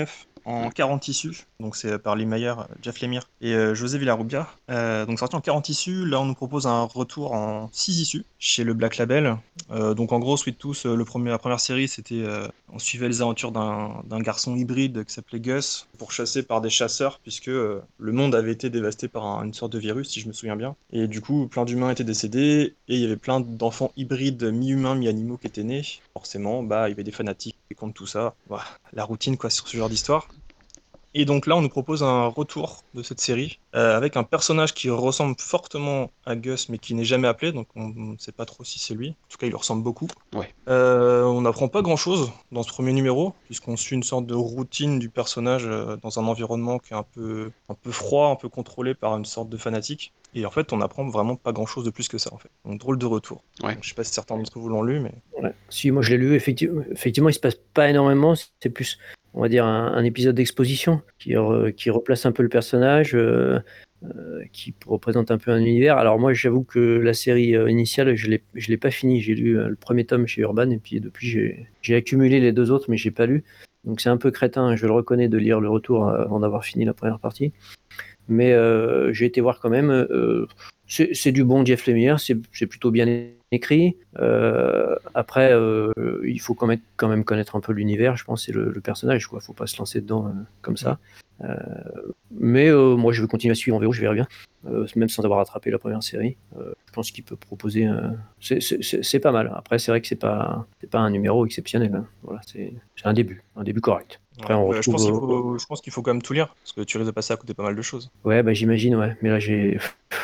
en quarante issus, donc c'est par Lee Mayer, Jeff Lemire et euh, José Villarrubia. Euh, donc sorti en quarante issus, là on nous propose un retour en six issus chez le Black Label. Euh, donc en gros, Sweet Tooth, le premier, la première série, c'était euh, on suivait les aventures d'un, d'un garçon hybride qui s'appelait Gus, pourchassé par des chasseurs, puisque euh, le monde avait été dévasté par un- une sorte de virus, si je me souviens bien. Et du coup, plein d'humains étaient décédés, et il y avait plein d'enfants hybrides, mi-humains, mi-animaux qui étaient nés. Forcément, bah, il y avait des fanatiques qui comptent tout ça. Voilà, la routine quoi sur ce genre d'histoire. Et donc là, on nous propose un retour de cette série euh, avec un personnage qui ressemble fortement à Gus, mais qui n'est jamais appelé, donc on ne sait pas trop si c'est lui. En tout cas, il lui ressemble beaucoup. Ouais. Euh, on n'apprend pas grand-chose dans ce premier numéro, puisqu'on suit une sorte de routine du personnage euh, dans un environnement qui est un peu, un peu froid, un peu contrôlé par une sorte de fanatique. Et en fait, on apprend vraiment pas grand-chose de plus que ça, en fait. Donc, drôle de retour. Ouais. Donc, je sais pas si certains d'entre vous l'ont lu, mais... Ouais. Si, moi je l'ai lu, effectivement, effectivement, il se passe pas énormément, c'est plus, on va dire, un, un épisode d'exposition qui, re, qui replace un peu le personnage, euh, euh, qui représente un peu un univers. Alors moi, j'avoue que la série euh, initiale, je l'ai, je l'ai pas fini. J'ai lu euh, le premier tome chez Urban, et puis depuis, j'ai, j'ai accumulé les deux autres, mais j'ai pas lu. Donc c'est un peu crétin, je le reconnais, de lire le retour avant d'avoir fini la première partie. Mais euh, j'ai été voir quand même. Euh, c'est, c'est du bon Jeff Lemire, c'est, c'est plutôt bien écrit. Euh, après, euh, il faut quand même, quand même connaître un peu l'univers, je pense, et le, le personnage, quoi. Faut pas se lancer dedans euh, comme ça. Euh, mais euh, moi, je vais continuer à suivre en V O, je verrai bien, euh, même sans avoir rattrapé la première série. Euh, je pense qu'il peut proposer. Euh, c'est, c'est, c'est, c'est pas mal. Après, c'est vrai que c'est pas, c'est pas un numéro exceptionnel. Hein. Voilà, c'est, c'est un début, un début correct. Après, on Ouais, je, pense qu'il retrouve. faut, je pense qu'il faut quand même tout lire, parce que tu risques de passer à côté de pas mal de choses. Ouais, bah j'imagine, ouais. Mais là, j'ai.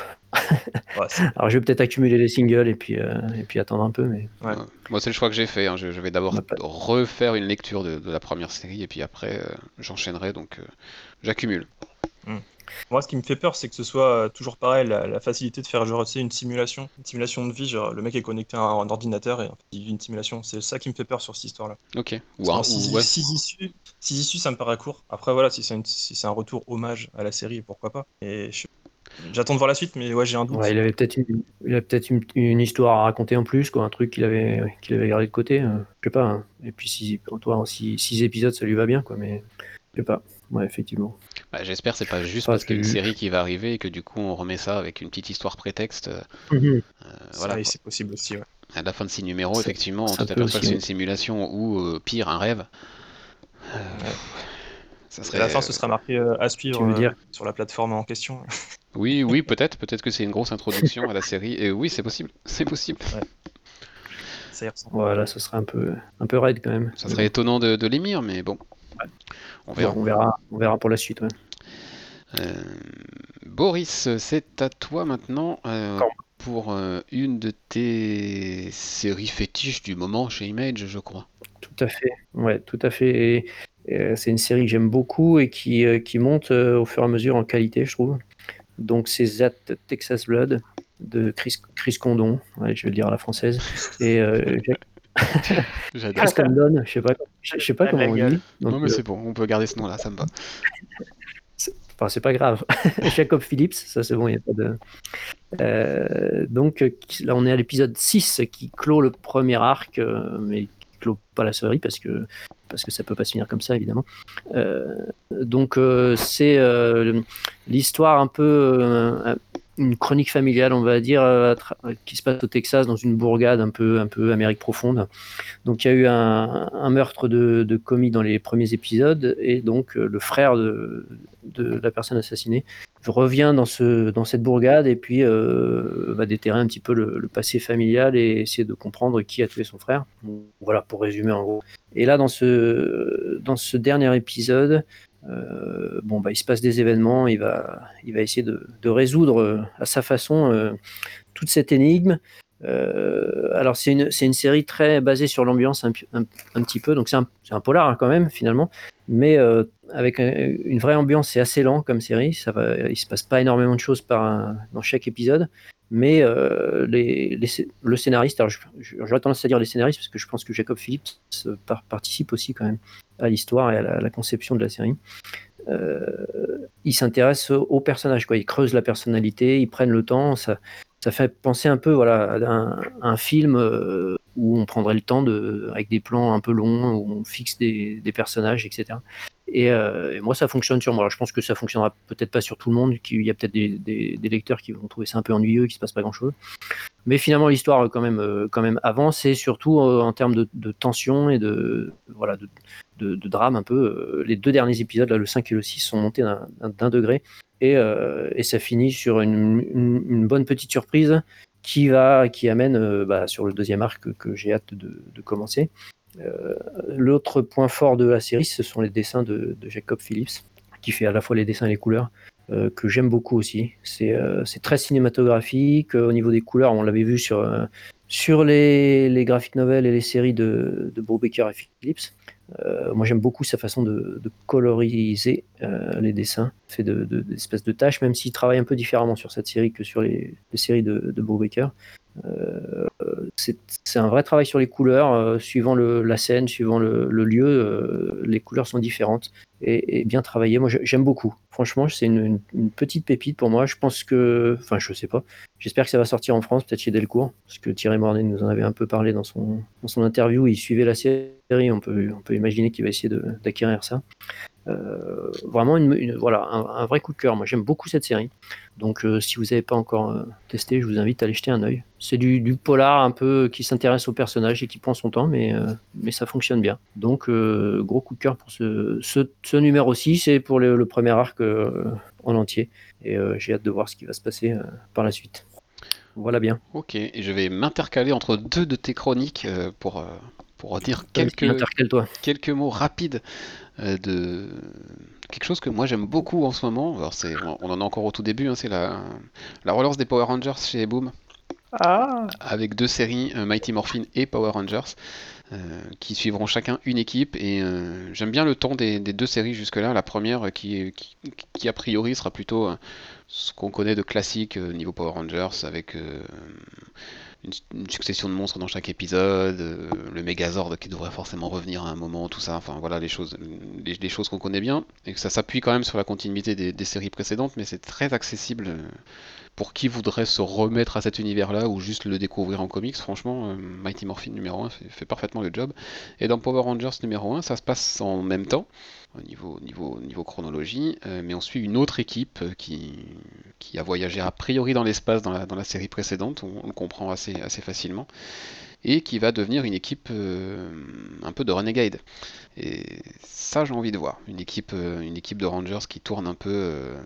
Ouais, c'est- Alors, je vais peut-être accumuler les singles et puis, euh, et puis attendre un peu, mais ouais. Euh, moi, c'est le choix que j'ai fait. hein. Je, je vais d'abord on n'a pas- refaire une lecture de, de la première série et puis après, euh, j'enchaînerai. Donc, euh, j'accumule. Moi, ce qui me fait peur, c'est que ce soit euh, toujours pareil, la, la facilité de faire genre, tu sais, une simulation, une simulation de vie. Genre, le mec est connecté à un, un ordinateur et en fait, il vit une simulation. C'est ça qui me fait peur sur cette histoire-là. Ok. Ou Parce un, qu'en ou, six ouais. issues, six issues, ça me paraît court. Après, voilà, si c'est une- si c'est un retour hommage à la série, pourquoi pas. Et je- j'attends de voir la suite, mais ouais, j'ai un doute. Ouais, il avait peut-être une, il avait peut-être une, une histoire à raconter en plus, quoi, un truc qu'il avait, qu'il avait gardé de côté. euh, je sais pas. Hein. Et puis, si, pour toi, en six, six épisodes, ça lui va bien, quoi, mais je sais pas. Ouais, effectivement. Bah, j'espère que c'est pas juste Enfin, parce qu'il y a une c'est- série qui va arriver et que du coup on remet ça avec une petite histoire prétexte. euh, Mhm. euh, Ça, voilà et quoi. c'est possible aussi, ouais. À la fin de six numéros, Ça- effectivement, ça tu peut t'aperçois que aussi, c'est ouais. une simulation ou euh, pire, un rêve. Euh, Ouais. ça Et à la serait. fin, ce euh, sera marqué euh, à suivre Tu veux euh, dire, sur la plateforme en question. Oui, oui, peut-être. Peut-être que c'est une grosse introduction à la série. Et oui, c'est possible. C'est possible. Ça y ressemble. voilà, ça serait un peu, un peu raide quand même. Ça Mais serait bon. étonnant de, de l'émir, mais bon, on Bon, verra. on verra, on verra pour la suite. Ouais. Euh, Boris, c'est à toi maintenant euh, Encore. pour euh, une de tes séries fétiches du moment chez Image, je crois. Tout à fait. Ouais, tout à fait. Et, et c'est une série que j'aime beaucoup et qui, euh, qui monte euh, au fur et à mesure en qualité, je trouve. Donc, c'est That Texas Blood de Chris, Chris Condon, ouais, je vais le dire à la française, et euh, J'adore. Chris Condon, je sais pas, je sais pas La comment on gueule. dit. Donc, Non mais euh, c'est bon, on peut garder ce nom-là, ça me va. c'est, enfin, c'est pas grave. Jacob Phillips, ça c'est bon, il n'y a pas de. Euh, donc euh, là, on est à l'épisode six qui clôt le premier arc, euh, mais qui clôt pas la série parce que parce que ça peut pas se finir comme ça évidemment. Euh, donc euh, c'est euh, l'histoire un peu euh, une chronique familiale, on va dire, euh, tra- qui se passe au Texas dans une bourgade un peu un peu Amérique profonde. Donc il y a eu un, un meurtre de, de commis dans les premiers épisodes et donc euh, le frère de, de la personne assassinée revient dans, ce, dans cette bourgade et puis euh, va déterrer un petit peu le, le passé familial et essayer de comprendre qui a tué son frère. Voilà, pour résumer en gros. Et là, dans ce, dans ce dernier épisode, euh, bon, bah, il se passe des événements, il va, il va essayer de, de résoudre euh, à sa façon euh, toute cette énigme. Euh, alors, c'est une, c'est une série très basée sur l'ambiance un, un, un petit peu, donc c'est un, c'est un polar hein, quand même, finalement, mais euh, avec un, une vraie ambiance, c'est assez lent comme série, ça va, il ne se passe pas énormément de choses par un, dans chaque épisode, mais euh, les, les, le scénariste, alors j'aurais tendance à dire les scénaristes, parce que je pense que Jacob Phillips par, participe aussi quand même à l'histoire et à la, à la conception de la série. Euh, ils s'intéressent aux personnages, quoi. Ils creusent la personnalité, ils prennent le temps, ça, ça fait penser un peu voilà, à un, à un film euh, où on prendrait le temps de, avec des plans un peu longs, où on fixe des, des personnages, et cetera. Et, euh, et moi, ça fonctionne sur moi. Alors, je pense que ça fonctionnera peut-être pas sur tout le monde. Il y a peut-être des, des, des lecteurs qui vont trouver ça un peu ennuyeux, qu'il se passe pas grand-chose. Mais finalement, l'histoire quand même, euh, quand même avance, et surtout euh, en termes de, de tension et de, voilà, de, de, de drame un peu. Euh, les deux derniers épisodes, là, le cinq et le six, sont montés d'un, d'un degré. Et, euh, et ça finit sur une, une, une bonne petite surprise qui, va, qui amène euh, bah, sur le deuxième arc que, que j'ai hâte de, de commencer. Euh, l'autre point fort de la série, ce sont les dessins de, de Jacob Phillips, qui fait à la fois les dessins et les couleurs, euh, que j'aime beaucoup aussi. C'est, euh, c'est très cinématographique. Au niveau des couleurs, on l'avait vu sur, euh, sur les, les graphic novels et les séries de, de Brubaker et Phillips. Euh, moi, j'aime beaucoup sa façon de, de coloriser euh, les dessins, fait de, de, d'espèces de tâches, même s'il travaille un peu différemment sur cette série que sur les, les séries de, de Brubaker. Euh, c'est, c'est un vrai travail sur les couleurs, euh, suivant le, la scène, suivant le, le lieu, euh, les couleurs sont différentes et, et bien travaillées. Moi, j'aime beaucoup. Franchement, c'est une, une, une petite pépite pour moi. Je pense que, enfin, je sais pas. J'espère que ça va sortir en France, peut-être chez Delcourt, parce que Thierry Mornay nous en avait un peu parlé dans son, dans son interview. Il suivait la série. On peut, on peut imaginer qu'il va essayer de, d'acquérir ça. Euh, vraiment une, une, voilà, un, un vrai coup de cœur. Moi, j'aime beaucoup cette série. Donc, euh, si vous n'avez pas encore euh, testé, je vous invite à aller jeter un œil. C'est du, du polar un peu qui s'intéresse au personnage et qui prend son temps, mais, euh, mais ça fonctionne bien. Donc, euh, gros coup de cœur pour ce, ce, ce numéro-ci. C'est pour le, le premier arc euh, en entier. Et euh, j'ai hâte de voir ce qui va se passer euh, par la suite. Voilà bien. Ok, et je vais m'intercaler entre deux de tes chroniques euh, pour, euh, pour dire quelques, quelques mots rapides euh, de quelque chose que moi j'aime beaucoup en ce moment. Alors c'est, on en est encore au tout début, hein, c'est la, la relance des Power Rangers chez Boom. Ah. Avec deux séries, euh, Mighty Morphin et Power Rangers, euh, qui suivront chacun une équipe. Et euh, j'aime bien le ton des, des deux séries jusque-là. La première, qui, qui, qui a priori sera plutôt euh, ce qu'on connaît de classique euh, niveau Power Rangers, avec euh, une, une succession de monstres dans chaque épisode, euh, le Megazord qui devrait forcément revenir à un moment, tout ça. Enfin voilà les choses, les, les choses qu'on connaît bien, et que ça s'appuie quand même sur la continuité des, des séries précédentes, mais c'est très accessible. Euh, pour qui voudrait se remettre à cet univers-là ou juste le découvrir en comics, franchement, euh, Mighty Morphin numéro un fait, fait parfaitement le job. Et dans Power Rangers numéro un, ça se passe en même temps, au niveau, niveau, niveau chronologie, euh, mais on suit une autre équipe qui, qui a voyagé a priori dans l'espace dans la, dans la série précédente, on, on le comprend assez, assez facilement, et qui va devenir une équipe euh, un peu de renegade. Et ça, j'ai envie de voir. Une équipe, euh, une équipe de Rangers qui tourne un peu... Euh,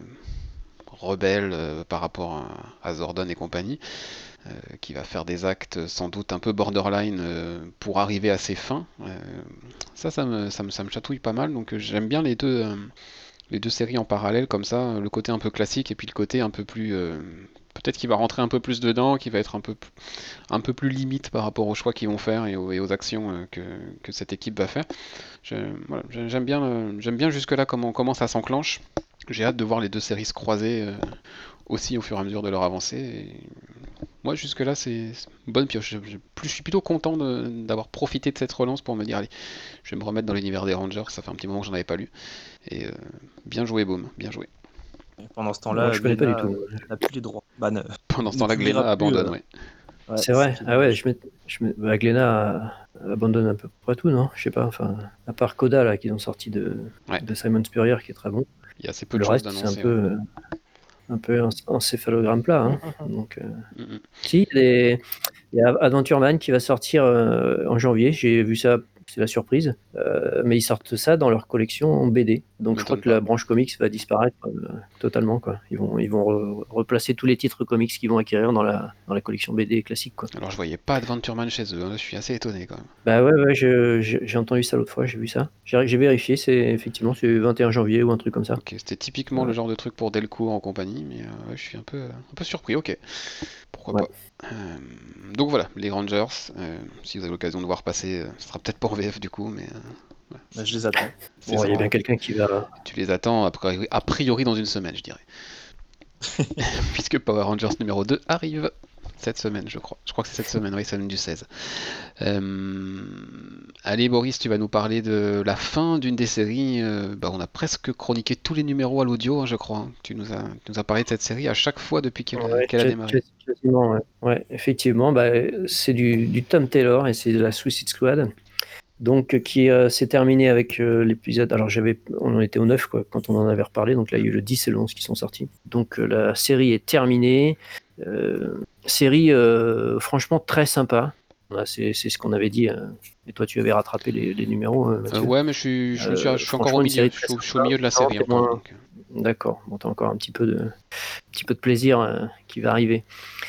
rebelle euh, par rapport à, à Zordon et compagnie, euh, qui va faire des actes sans doute un peu borderline euh, pour arriver à ses fins. Euh, ça, ça me, ça, me, ça me chatouille pas mal, donc euh, j'aime bien les deux, euh, les deux séries en parallèle comme ça, le côté un peu classique et puis le côté un peu plus... Euh, peut-être qu'il va rentrer un peu plus dedans, qu'il va être un peu, un peu plus limite par rapport aux choix qu'ils vont faire et aux, et aux actions euh, que, que cette équipe va faire. Je, voilà, j'aime bien, euh, j'aime bien jusque-là comment, comment ça s'enclenche. J'ai hâte de voir les deux séries se croiser euh, aussi au fur et à mesure de leur avancée. Et moi, jusque-là, c'est une bonne pioche. Je, je, je suis plutôt content de, d'avoir profité de cette relance pour me dire, allez, je vais me remettre dans l'univers des Rangers. Ça fait un petit moment que j'en avais pas lu. Et euh, bien joué, Boom, bien joué. Et pendant ce temps-là, non, je connais pas du tout. n'a plus les droits. Bah, ne, pendant ce temps-là, Glénat abandonne, euh... ouais. Ouais, c'est vrai. C'est ah ouais, je mets, je mets, bah, Glénat abandonne à peu près tout, non? Je sais pas. Enfin, à part Coda là, qu'ils ont sorti de, ouais. de Simon Spurrier, qui est très bon. Il y a assez peu de le choses reste, d'annoncer. C'est un peu, ouais. un peu un encéphalogramme plat. Hein. Mm-hmm. Donc, euh... mm-hmm. si, il y, des... il y a Adventure Man qui va sortir euh, en janvier. J'ai vu ça. C'est la surprise, euh, mais ils sortent ça dans leur collection en B D. Donc je crois que pas. La branche comics va disparaître euh, totalement, quoi. Ils vont, ils vont re- replacer tous les titres comics qu'ils vont acquérir dans la, dans la collection B D classique, quoi. Alors je voyais pas Adventure Man chez eux, hein. Je suis assez étonné quand même. Bah ouais, ouais je, je, j'ai entendu ça l'autre fois, j'ai vu ça. J'ai, j'ai vérifié, c'est effectivement c'est vingt et un janvier ou un truc comme ça. Ok, c'était typiquement ouais. le genre de truc pour Delcourt en compagnie, mais euh, ouais, je suis un peu, un peu surpris, ok. Pourquoi ouais. pas. Euh, donc voilà, les Rangers, euh, si vous avez l'occasion de voir passer, euh, ce sera peut-être pour V F du coup, mais... Euh, ouais. bah, je les attends. Il bon, y a bien quelqu'un qui va... Tu les attends a priori, a priori dans une semaine, je dirais. Puisque Power Rangers numéro deux arrive cette semaine, je crois. Je crois que c'est cette semaine, oui, semaine du seize. Euh... Allez Boris, tu vas nous parler de la fin d'une des séries. Euh, bah, on a presque chroniqué tous les numéros à l'audio, hein, je crois. Hein. Tu, nous as, tu nous as parlé de cette série à chaque fois depuis qu'elle, ouais, qu'elle a démarré. Quasiment, ouais. ouais. Effectivement, bah, c'est du, du Tom Taylor et c'est de la Suicide Squad. donc qui euh, s'est terminé avec euh, l'épisode. Alors j'avais, on en était au neuf quoi, quand on en avait reparlé, donc là il y a eu le dix et le onze qui sont sortis. Donc euh, la série est terminée. Euh, série euh, franchement très sympa. Voilà, c'est, c'est ce qu'on avait dit. Euh, et toi tu avais rattrapé les, les numéros, euh, Mathieu. Euh, ouais, mais je suis, je, me suis, Euh, je suis encore au franchement, une milieu. série Je très suis, au- je suis au sympa. milieu de la série Non, t'es encore. moins- donc. D'accord, bon, t'as encore un petit peu de, un petit peu de plaisir euh, qui va arriver.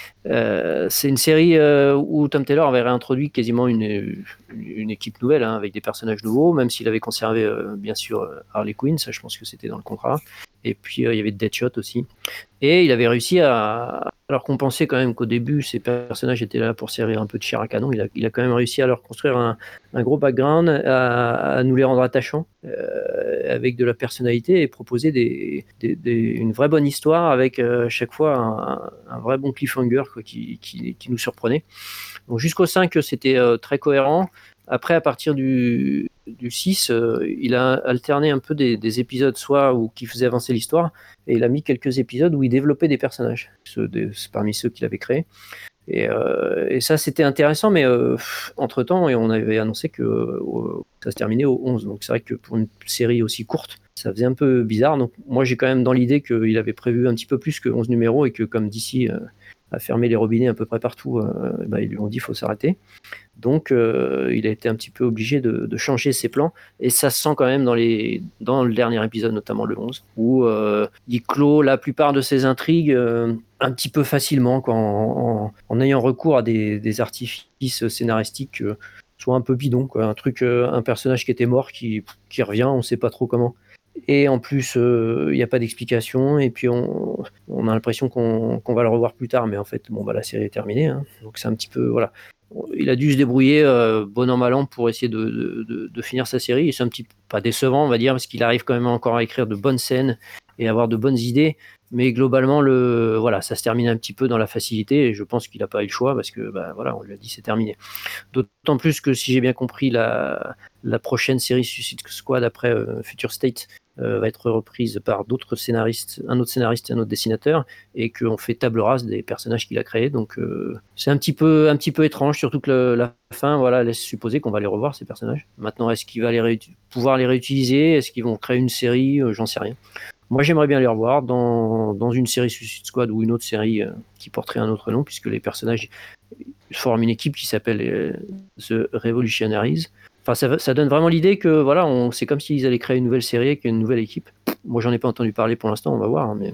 Euh, c'est une série euh, où Tom Taylor avait réintroduit quasiment une, une équipe nouvelle, hein, avec des personnages nouveaux, même s'il avait conservé euh, bien sûr euh, Harley Quinn, ça je pense que c'était dans le contrat. Et puis euh, il y avait Deadshot aussi. Et il avait réussi à. Alors qu'on pensait quand même qu'au début, ces personnages étaient là pour servir un peu de chair à canon, il a, il a quand même réussi à leur construire un, un gros background, à, à nous les rendre attachants, euh, avec de la personnalité et proposer des, des, des, une vraie bonne histoire avec euh, chaque fois un, un vrai bon cliffhanger quoi, qui, qui, qui nous surprenait. Donc jusqu'au cinq, c'était euh, très cohérent. Après, à partir du, du six, euh, il a alterné un peu des, des épisodes, soit où qui faisaient avancer l'histoire, et il a mis quelques épisodes où il développait des personnages, ceux de, parmi ceux qu'il avait créés. Et, euh, et ça, c'était intéressant, mais euh, entre-temps, et on avait annoncé que euh, ça se terminait au onze. Donc c'est vrai que pour une série aussi courte, ça faisait un peu bizarre. Donc moi, j'ai quand même dans l'idée qu'il avait prévu un petit peu plus que onze numéros, et que comme d'ici euh, a fermé les robinets à peu près partout, euh, bah, ils lui ont dit qu'il faut s'arrêter. Donc, euh, il a été un petit peu obligé de, de changer ses plans. Et ça se sent quand même dans, les, dans le dernier épisode, notamment le onze, où euh, il clôt la plupart de ses intrigues euh, un petit peu facilement, quoi, en, en, en ayant recours à des, des artifices scénaristiques, euh, soit un peu bidons, quoi. Un truc, euh, un personnage qui était mort, qui, qui revient, on ne sait pas trop comment. Et en plus, il euh, n'y a pas d'explication. Et puis, on, on a l'impression qu'on, qu'on va le revoir plus tard. Mais en fait, bon, bah, la série est terminée. Hein. Donc, c'est un petit peu. Voilà. Il a dû se débrouiller, euh, bon an, mal an, pour essayer de, de, de, de finir sa série. Et c'est un petit peu pas décevant, on va dire, parce qu'il arrive quand même encore à écrire de bonnes scènes et avoir de bonnes idées. Mais globalement, le, voilà, ça se termine un petit peu dans la facilité. Et je pense qu'il n'a pas eu le choix parce que, bah, voilà, on lui a dit c'est terminé. D'autant plus que, si j'ai bien compris, la, la prochaine série Suicide Squad après euh, Future State euh, va être reprise par d'autres scénaristes, un autre scénariste et un autre dessinateur, et qu'on fait table rase des personnages qu'il a créés. Donc euh, c'est un petit peu, un petit peu étrange, surtout que le, la fin, voilà, laisse supposer qu'on va les revoir ces personnages. Maintenant, est-ce qu'il va les réut- pouvoir les réutiliser? Est-ce qu'ils vont créer une série? euh, J'en sais rien. Moi, j'aimerais bien les revoir dans, dans une série Suicide Squad ou une autre série euh, qui porterait un autre nom, puisque les personnages forment une équipe qui s'appelle euh, The Revolutionaries. Enfin, ça, ça donne vraiment l'idée que voilà, on, c'est comme s'ils allaient créer une nouvelle série avec une nouvelle équipe. Moi, j'en ai pas entendu parler pour l'instant, on va voir. Hein, mais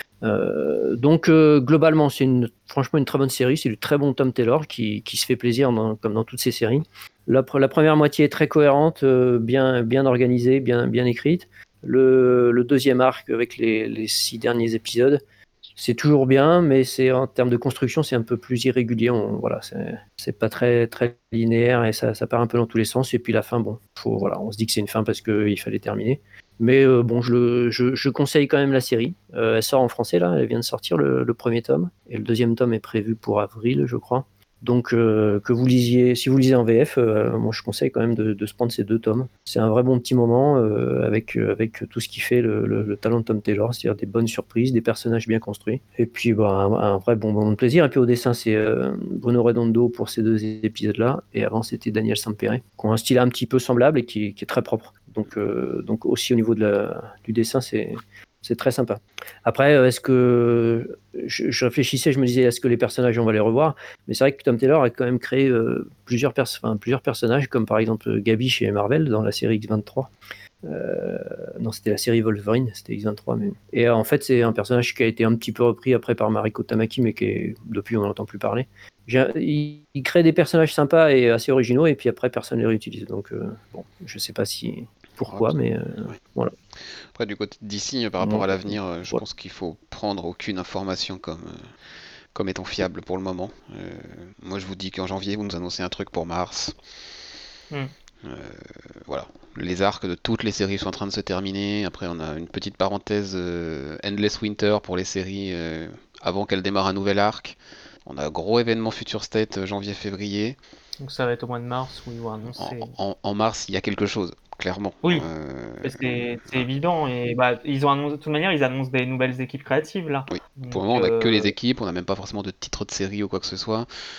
euh, donc, euh, globalement, c'est une, franchement une très bonne série. C'est du très bon Tom Taylor qui, qui se fait plaisir dans, comme dans toutes ses séries. La, la première moitié est très cohérente, euh, bien, bien organisée, bien, bien écrite. Le, le deuxième arc avec les, les six derniers épisodes, c'est toujours bien, mais c'est en termes de construction, c'est un peu plus irrégulier. On, voilà, c'est, c'est pas très, très linéaire et ça, ça part un peu dans tous les sens. Et puis la fin, bon, faut, voilà, on se dit que c'est une fin parce qu'il fallait terminer. Mais euh, bon, je, le, je, je conseille quand même la série. Euh, elle sort en français, là, elle vient de sortir le, le premier tome. Et le deuxième tome est prévu pour avril, je crois. Donc, euh, que vous lisiez, si vous lisez en V F, euh, moi je conseille quand même de, de se prendre ces deux tomes. C'est un vrai bon petit moment euh, avec, euh, avec tout ce qui fait le, le, le talent de Tom Taylor, c'est-à-dire des bonnes surprises, des personnages bien construits, et puis bah, un, un vrai bon moment de plaisir. Et puis au dessin, c'est euh, Bruno Redondo pour ces deux épisodes-là, et avant c'était Daniel Sampere, qui ont un style un petit peu semblable et qui, qui est très propre. Donc, euh, donc aussi au niveau de la, du dessin, c'est. C'est très sympa. Après, est-ce que je, je réfléchissais, je me disais, est-ce que les personnages, on va les revoir? Mais c'est vrai que Tom Taylor a quand même créé euh, plusieurs, pers- enfin, plusieurs personnages, comme par exemple Gabi chez Marvel dans la série X vingt-trois. Euh, non, c'était la série Wolverine, c'était X vingt-trois. Mais... Et euh, en fait, c'est un personnage qui a été un petit peu repris après par Mariko Tamaki, mais qui est, depuis, on n'en entend plus parler. J'ai, il, il crée des personnages sympas et assez originaux, et puis après, personne ne les réutilise. Donc, euh, bon, je sais pas si pourquoi, Ouais, mais euh, ouais. voilà. Après, du côté d'ici, par rapport Ouais. à l'avenir, euh, je Ouais. pense qu'il faut prendre aucune information comme, euh, comme étant fiable pour le moment. Euh, moi, je vous dis qu'en janvier, vous nous annoncez un truc pour mars. Mm. Euh, voilà. Les arcs de toutes les séries sont en train de se terminer. Après, on a une petite parenthèse euh, Endless Winter pour les séries euh, avant qu'elles démarrent un nouvel arc. On a un gros événement Future State euh, janvier-février. Donc ça va être au mois de mars où ils vont En, annoncer. en- en mars, il y a quelque chose, clairement. Oui, Euh, c'est, c'est voilà. évident. Et bah, ils ont annoncé, de toute manière, ils annoncent des nouvelles équipes créatives là. Oui. Pour Donc, le moment, on n'a que les euh, équipes, on n'a même pas forcément de titre de série ou quoi que ce soit.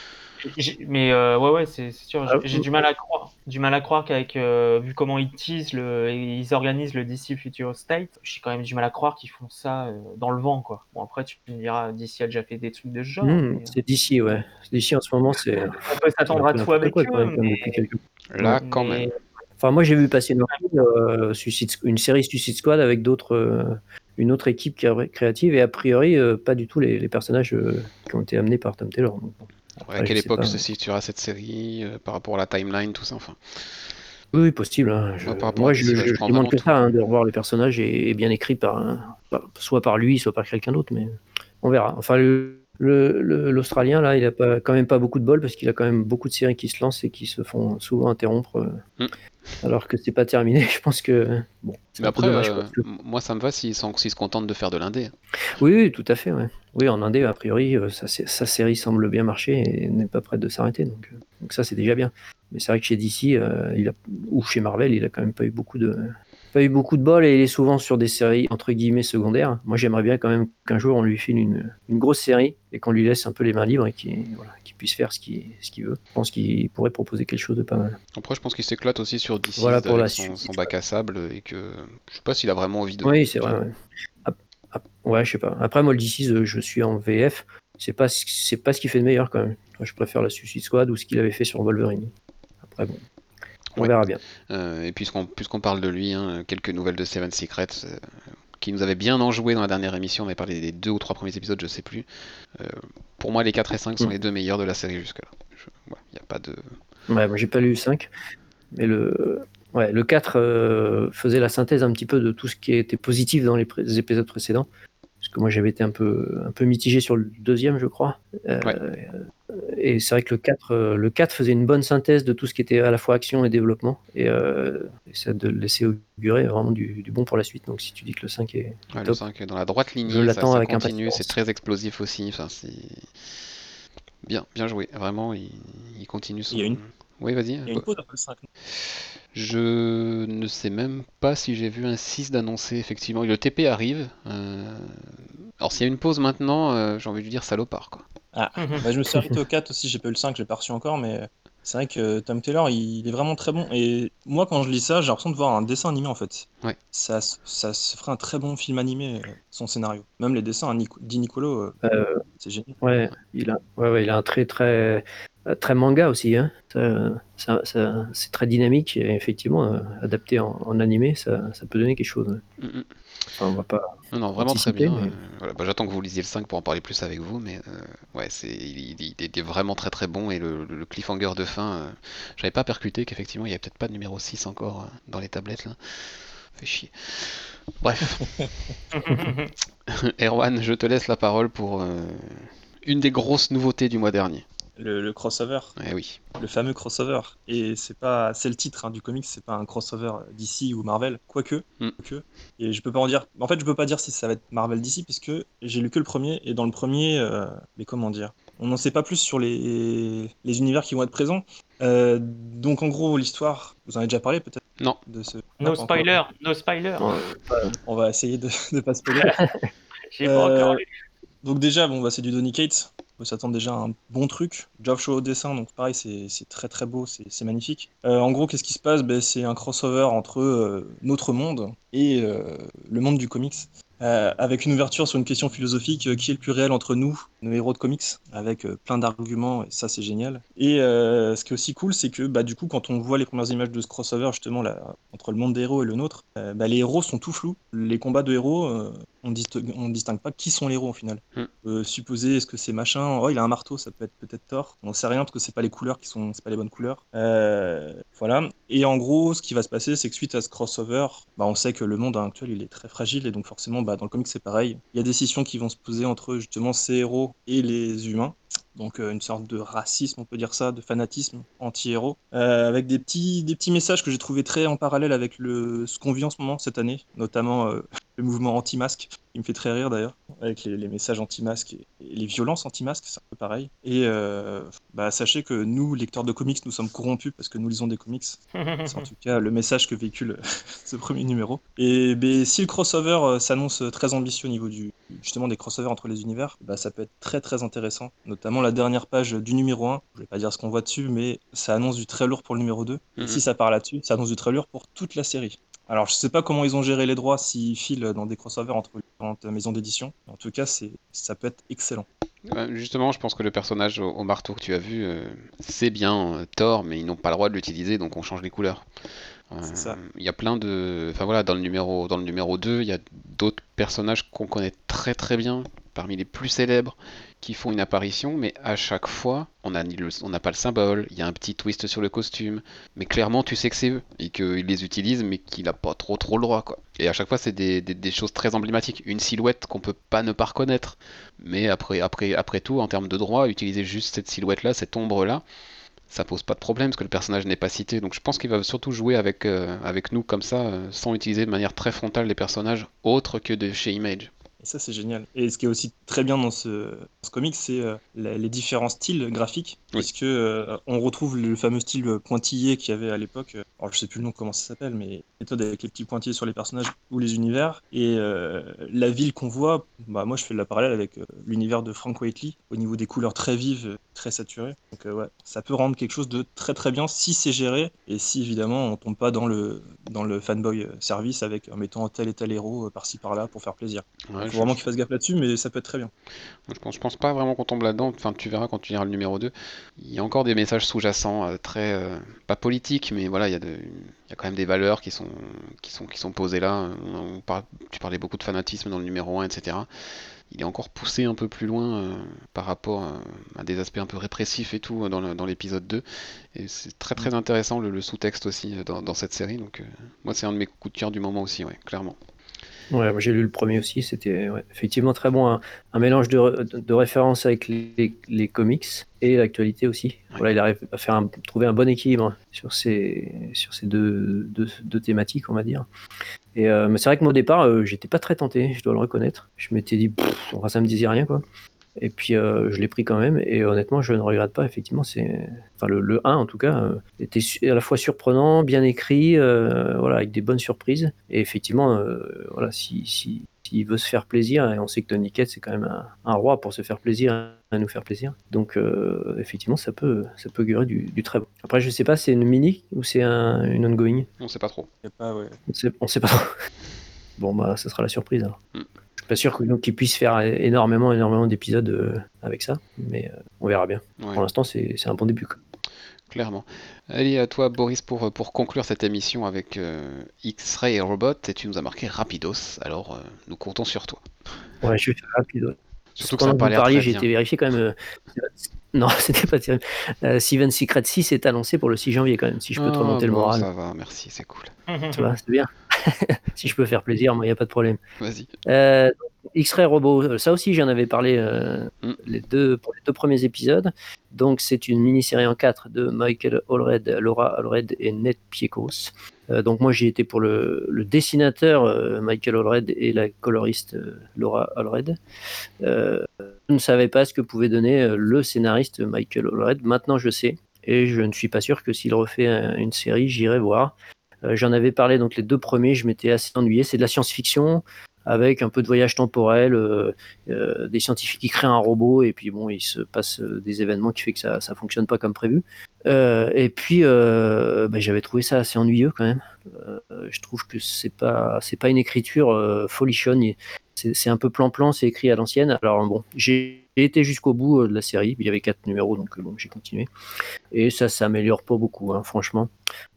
J'ai- Mais euh, ouais, ouais, c'est c'est sûr. Ah, J'ai j'ai du mal à croire, du mal à croire qu'avec euh, vu comment ils teasent le, et ils organisent le D C Future State, j'ai quand même du mal à croire qu'ils font ça euh, dans le vent, quoi. Bon après, tu me diras, D C a déjà fait des trucs de ce genre, hmm, mais euh, c'est d'ici, ouais. D'ici en ce moment, c'est on peut c'est un s'attendre à peu tout n'importe avec quoi, eux, quand même, mais, depuis quelques Là, ouais. quand même. mais Enfin, moi, j'ai vu passer une, article, euh, Suicide- une série Suicide Squad avec d'autres, euh, une autre équipe cré- créative et a priori, euh, pas du tout les, les personnages euh, qui ont été amenés par Tom Taylor. Donc, bon, Ouais, à après, je quelle sais époque pas. se situera cette série euh, par rapport à la timeline, tout ça, enfin. Oui, oui, possible. Hein. Je- Moi, par rapport à moi, je, D C, ouais, je, je je prends demande vraiment que tout. ça, hein, de revoir les personnages et, et bien écrits par, un- par- soit par lui, soit par quelqu'un d'autre, mais on verra. Enfin, le, le- le- l'Australien, là, il a pas, quand même pas beaucoup de bol parce qu'il a quand même beaucoup de séries qui se lancent et qui se font souvent interrompre euh, Mm. alors que c'est pas terminé. Je pense que bon, c'est Mais un peu après, dommage, quoi. euh, Parce que- m- moi, ça me va s'ils sont- s'ils se contentent de faire de l'indé. Oui, oui, tout à fait. Ouais. Oui, en Indé, a priori, euh, sa, sa série semble bien marcher et n'est pas prête de s'arrêter. Donc, euh, donc ça, c'est déjà bien. Mais c'est vrai que chez D C, euh, il a, ou chez Marvel, il a quand même pas eu beaucoup de, pas eu beaucoup de bol et il est souvent sur des séries entre guillemets secondaires. Moi, j'aimerais bien quand même qu'un jour on lui file une, une grosse série et qu'on lui laisse un peu les mains libres et qu'il voilà, qu'il puisse faire ce qu'il ce qu'il veut. Je pense qu'il pourrait proposer quelque chose de pas mal. Après, je pense qu'il s'éclate aussi sur D C Voilà pour avec la son, son suite. bac à sable et que je sais pas s'il a vraiment envie de. Oui, c'est vrai. de- Ouais. Ap- ap- ouais, je sais pas. Après, moi, le D C, euh, je suis en V F. C'est pas, ce- c'est pas ce qui fait de meilleur quand même. Moi, je préfère la Suicide Squad ou ce qu'il avait fait sur Wolverine. Après, bon, on Ouais. verra bien. Euh, et puisqu'on puisqu'on parle de lui, hein, quelques nouvelles de Seven Secrets euh, qui nous avait bien enjoué dans la dernière émission. On avait parlé des deux ou trois premiers épisodes, je sais plus. Euh, pour moi, les quatre et cinq sont Mm. les deux meilleurs de la série jusque-là. Il n'y a pas de. Ouais, moi, j'ai pas lu le cinq. Mais le, ouais, le quatre euh, faisait la synthèse un petit peu de tout ce qui était positif dans les, pré- les épisodes précédents. Parce que moi, j'avais été un peu, un peu mitigé sur le deuxième, je crois. Euh, Ouais. Et c'est vrai que le quatre, euh, le quatre faisait une bonne synthèse de tout ce qui était à la fois action et développement. Et, euh, et ça de laisser augurer vraiment du, du bon pour la suite. Donc si tu dis que le cinq est, est Ouais, le top, cinq est dans la droite je lignée, ça, l'attends ça avec continue, impatience. c'est très explosif aussi. Enfin, c'est bien, bien joué. Vraiment, il, il continue son. Il y a une- Oui, vas-y. Il y a une pause après le cinq. Je ne sais même pas si j'ai vu un six d'annoncer, effectivement. Le T P arrive. euh, Alors, s'il y a une pause maintenant, euh, j'ai envie de lui dire salopard, quoi. Ah, bah, je me suis arrêté au quatre aussi, j'ai pas eu le cinq, j'ai pas reçu encore, mais c'est vrai que Tom Taylor, il, il est vraiment très bon. Et moi, quand je lis ça, j'ai l'impression de voir un dessin animé en fait. Ouais. Ça, se- ça se ferait un très bon film animé, euh, son scénario. Même les dessins à Nico- Di Nicolo, euh, Euh, c'est génial. ouais, il a, ouais, ouais, il a un trait très, euh, très manga aussi. Hein. Ça- ça- ça- c'est très dynamique et effectivement, euh, adapté en, en animé, ça, ça peut donner quelque chose. Hein. Mm, mm. Enfin, on va pas Non, non, vraiment très anticiper, bien. mais euh, voilà, bah, j'attends que vous lisiez le cinq pour en parler plus avec vous, mais euh, ouais, c'est, il, il- il était vraiment très très bon et le, le- le cliffhanger de fin, euh, j'avais pas percuté qu'effectivement il y avait peut-être pas de numéro six encore euh, dans les tablettes là. Fait chier. Bref, Erwan, je te laisse la parole pour euh, une des grosses nouveautés du mois dernier. Le, le crossover, Eh oui. le fameux crossover. Et c'est pas, c'est le titre hein, du comics, c'est pas un crossover D C ou Marvel, quoique. Mm. quoique. Et je peux pas en dire. En fait, je peux pas dire si ça va être Marvel D C puisque j'ai lu que le premier et dans le premier, euh, mais comment dire, on n'en sait pas plus sur les les univers qui vont être présents. Euh, donc en gros, l'histoire, vous en avez déjà parlé peut-être Non. de ce. No Non, pas encore. spoiler, no spoiler. euh, On va essayer de ne pas spoiler. J'ai pas Euh, encore lu. Donc déjà, bon, bah, c'est du Donny Cates. On peut s'attendre déjà à un bon truc. Geoff Shaw au dessin, donc pareil, c'est c'est très très beau, c'est c'est magnifique. Euh, en gros, qu'est-ce qui se passe? Ben, c'est un crossover entre euh, notre monde et euh, le monde du comics. Euh, avec une ouverture sur une question philosophique, euh, qui est le plus réel entre nous, nos héros de comics, avec euh, plein d'arguments, et ça c'est génial. Et euh, ce qui est aussi cool, c'est que bah, du coup, quand on voit les premières images de ce crossover, justement, là, entre le monde des héros et le nôtre, euh, bah, les héros sont tout flous. Les combats de héros, euh, on ne distingue pas qui sont les héros au final. Mm. Euh, supposer est-ce que c'est machin, oh il a un marteau, ça peut être peut-être Thor, on sait rien parce que c'est pas les couleurs qui sont, c'est pas les bonnes couleurs. Euh, voilà. Et en gros, ce qui va se passer, c'est que suite à ce crossover, bah, on sait que le monde actuel il est très fragile et donc forcément, bah, dans le comic c'est pareil. Il y a des scissions qui vont se poser entre justement ces héros et les humains. Donc euh, une sorte de racisme, on peut dire ça, de fanatisme anti-héros, euh, avec des petits, des petits messages que j'ai trouvé très en parallèle avec le, ce qu'on vit en ce moment cette année, notamment euh, le mouvement anti-masque. il me fait très rire d'ailleurs, avec les, les messages anti-masques et, et les violences anti-masques, c'est un peu pareil. Et euh, bah, sachez que nous, lecteurs de comics, nous sommes corrompus parce que nous lisons des comics. C'est en tout cas le message que véhicule ce premier numéro. Et bah, si le crossover euh, s'annonce très ambitieux au niveau du, justement des crossovers entre les univers, bah, ça peut être très très intéressant. Notamment la dernière page du numéro un, je vais pas dire ce qu'on voit dessus, mais ça annonce du très lourd pour le numéro deux. Et Mhm. si ça part là-dessus, ça annonce du très lourd pour toute la série. Alors, je sais pas comment ils ont géré les droits s'ils filent dans des crossovers entre différentes maisons d'édition. En tout cas, c'est, ça peut être excellent. Euh, Justement, je pense que le personnage au, au marteau que tu as vu, euh, c'est bien euh, Thor, mais ils n'ont pas le droit de l'utiliser, donc on change les couleurs. Euh, C'est ça. Il y a plein de... Enfin voilà, dans le numéro, dans le numéro deux, il y a d'autres personnages qu'on connaît très très bien, parmi les plus célèbres, qui font une apparition, mais à chaque fois, on n'a ni le- on n'a pas le symbole, il y a un petit twist sur le costume, mais clairement tu sais que c'est eux, et qu'ils les utilisent, mais qu'il n'a pas trop trop le droit, quoi. Et à chaque fois, c'est des, des- des choses très emblématiques, une silhouette qu'on peut pas ne pas reconnaître, mais après, après, après tout, en termes de droit, utiliser juste cette silhouette-là, cette ombre-là, ça pose pas de problème parce que le personnage n'est pas cité. Donc je pense qu'il va surtout jouer avec, euh, avec nous comme ça, euh, sans utiliser de manière très frontale des personnages autres que de chez Image. Et ça, c'est génial. Et ce qui est aussi très bien dans ce, dans ce comic, c'est euh, la- les différents styles graphiques, Oui. puisque euh, on retrouve le fameux style pointillé qu'il y avait à l'époque. Alors, je sais plus le nom, comment ça s'appelle, mais méthode avec les petits pointillés sur les personnages ou les univers. Et euh, la ville qu'on voit, bah, moi, je fais le parallèle avec euh, l'univers de Frank Whiteley, au niveau des couleurs très vives, euh, très saturées. Donc, euh, ouais, ça peut rendre quelque chose de très très bien si c'est géré, et si évidemment on tombe pas dans le, dans le fanboy service avec en mettant tel et tel héros euh, par-ci par-là pour faire plaisir. Ouais, Il faut je, vraiment je- qu'ils fassent gaffe là-dessus, mais ça peut être très bien. je pense, je pense pas vraiment qu'on tombe là-dedans. Enfin, tu verras quand tu liras le numéro deux. Il y a encore des messages sous-jacents, euh, très. Euh, pas politiques, mais voilà, il y, a de- il y a quand même des valeurs qui sont, qui sont, qui sont posées là. On parle- tu parlais beaucoup de fanatisme dans le numéro un, et cetera. Il est encore poussé un peu plus loin euh, par rapport euh, à des aspects un peu répressifs et tout euh, dans le- dans l'épisode deux. Et c'est très très intéressant le, le sous-texte aussi euh, dans, dans cette série. Donc, euh, moi, c'est un de mes coups de cœur du moment aussi, ouais, clairement. Ouais, moi, j'ai lu le premier aussi, c'était ouais, effectivement très bon, un, un mélange de, re- de, de références avec les, les comics et l'actualité aussi. Ouais. Voilà, il arrive à faire un- trouver un bon équilibre sur ces, sur ces deux, deux, deux thématiques, on va dire. Et euh, mais c'est vrai que moi au départ, euh, j'étais pas très tenté, je dois le reconnaître. Je m'étais dit, pff, enfin, ça me disait rien, quoi. Et puis euh, je l'ai pris quand même, et honnêtement, je ne regrette pas. Effectivement, c'est, enfin le, le un en tout cas, euh, était su- à la fois surprenant, bien écrit, euh, voilà, avec des bonnes surprises. Et effectivement, euh, voilà, si, si, s'il veut se faire plaisir, et on sait que Tony Kett c'est quand même un, un roi pour se faire plaisir, à nous faire plaisir. Donc euh, effectivement, ça peut, ça peut augurer du, du très bon. Après, je sais pas, c'est une mini ou c'est un, une ongoing. On sait pas trop. Y a pas, ouais. On sait, on sait pas trop. Bon bah, ça sera la surprise alors. Mm. Je suis pas sûr que- donc, qu'ils puissent faire énormément, énormément d'épisodes euh, avec ça, mais euh, on verra bien. Ouais, Pour l'instant, c'est c'est un bon début, quoi. clairement. Allez, à toi, Boris, pour, pour conclure cette émission avec euh, X-Ray et Robot. Et tu nous as marqué rapidos. Alors, euh, nous comptons sur toi. Ouais, je vais faire rapide. Surtout que ça a Pendant que pas vous l'air parliez, très j'ai bien. été vérifier quand même. euh, Non, c'était pas terrible. Euh, Seven Secret six est annoncé pour le six janvier quand même, si je peux te Ah, remonter le bon, moral. ça va, merci, c'est cool. Tu vois, c'est bien. Si je peux faire plaisir, moi, il n'y a pas de problème. Vas-y. Euh, X-Ray Robot, euh, ça aussi j'en avais parlé euh, Mm. les deux, pour les deux premiers épisodes. Donc c'est une mini-série en quatre de Michael Allred, Laura Allred et Ned Piekos. Euh, donc moi j'ai été pour le, le dessinateur euh, Michael Allred et la coloriste euh, Laura Allred. Euh, je ne savais pas ce que pouvait donner euh, le scénariste Michael Allred. Maintenant je sais, et je ne suis pas sûr que s'il refait un- une série, j'irai voir. Euh, J'en avais parlé, donc les deux premiers, je m'étais assez ennuyé. C'est de la science-fiction avec un peu de voyage temporel, euh, euh, des scientifiques qui créent un robot et puis bon, il se passe euh, des événements qui fait que ça ça fonctionne pas comme prévu. Euh, et puis euh, bah, j'avais trouvé ça assez ennuyeux quand même. Euh, je trouve que c'est pas c'est pas une écriture euh, folichonne. Il- C'est c'est un peu plan-plan, c'est écrit à l'ancienne. Alors bon, j'ai été jusqu'au bout euh, de la série. Il y avait quatre numéros, donc euh, bon, j'ai continué. Et ça s'améliore pas beaucoup, hein, franchement.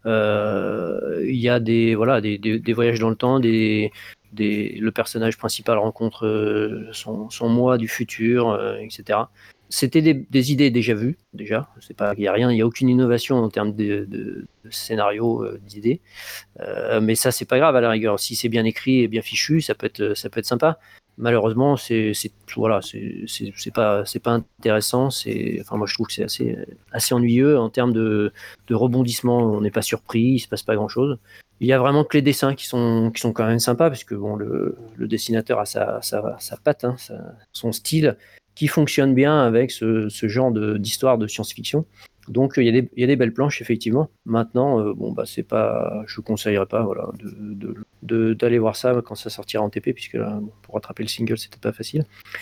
Euh, Il y a des, voilà, des, des, des voyages dans le temps, des, des, le personnage principal rencontre euh, son, son moi du futur, euh, et cetera. C'était des, des idées déjà vues, déjà. C'est pas, il n'y a rien, il n'y a aucune innovation en termes de, de, de scénario, euh, d'idées. Euh, mais ça, c'est pas grave à la rigueur. Si c'est bien écrit et bien fichu, ça peut être, ça peut être sympa. malheureusement, c'est, c'est voilà, c'est, c'est, c'est pas, c'est pas intéressant. C'est, enfin, moi, je trouve que c'est assez, assez ennuyeux en termes de, de rebondissement. On n'est pas surpris, il se passe pas grand chose. Il y a vraiment que les dessins qui sont, qui sont quand même sympas parce que bon, le, le dessinateur a sa, sa, sa patte, hein, sa, son style qui fonctionne bien avec ce, ce genre de, d'histoire de science-fiction. Donc il y, a des, il y a des belles planches effectivement. Maintenant, euh, bon bah c'est pas, je vous conseillerais pas voilà de, de, de, d'aller voir ça quand ça sortira en T P puisque là, bon, pour rattraper le single c'était pas facile.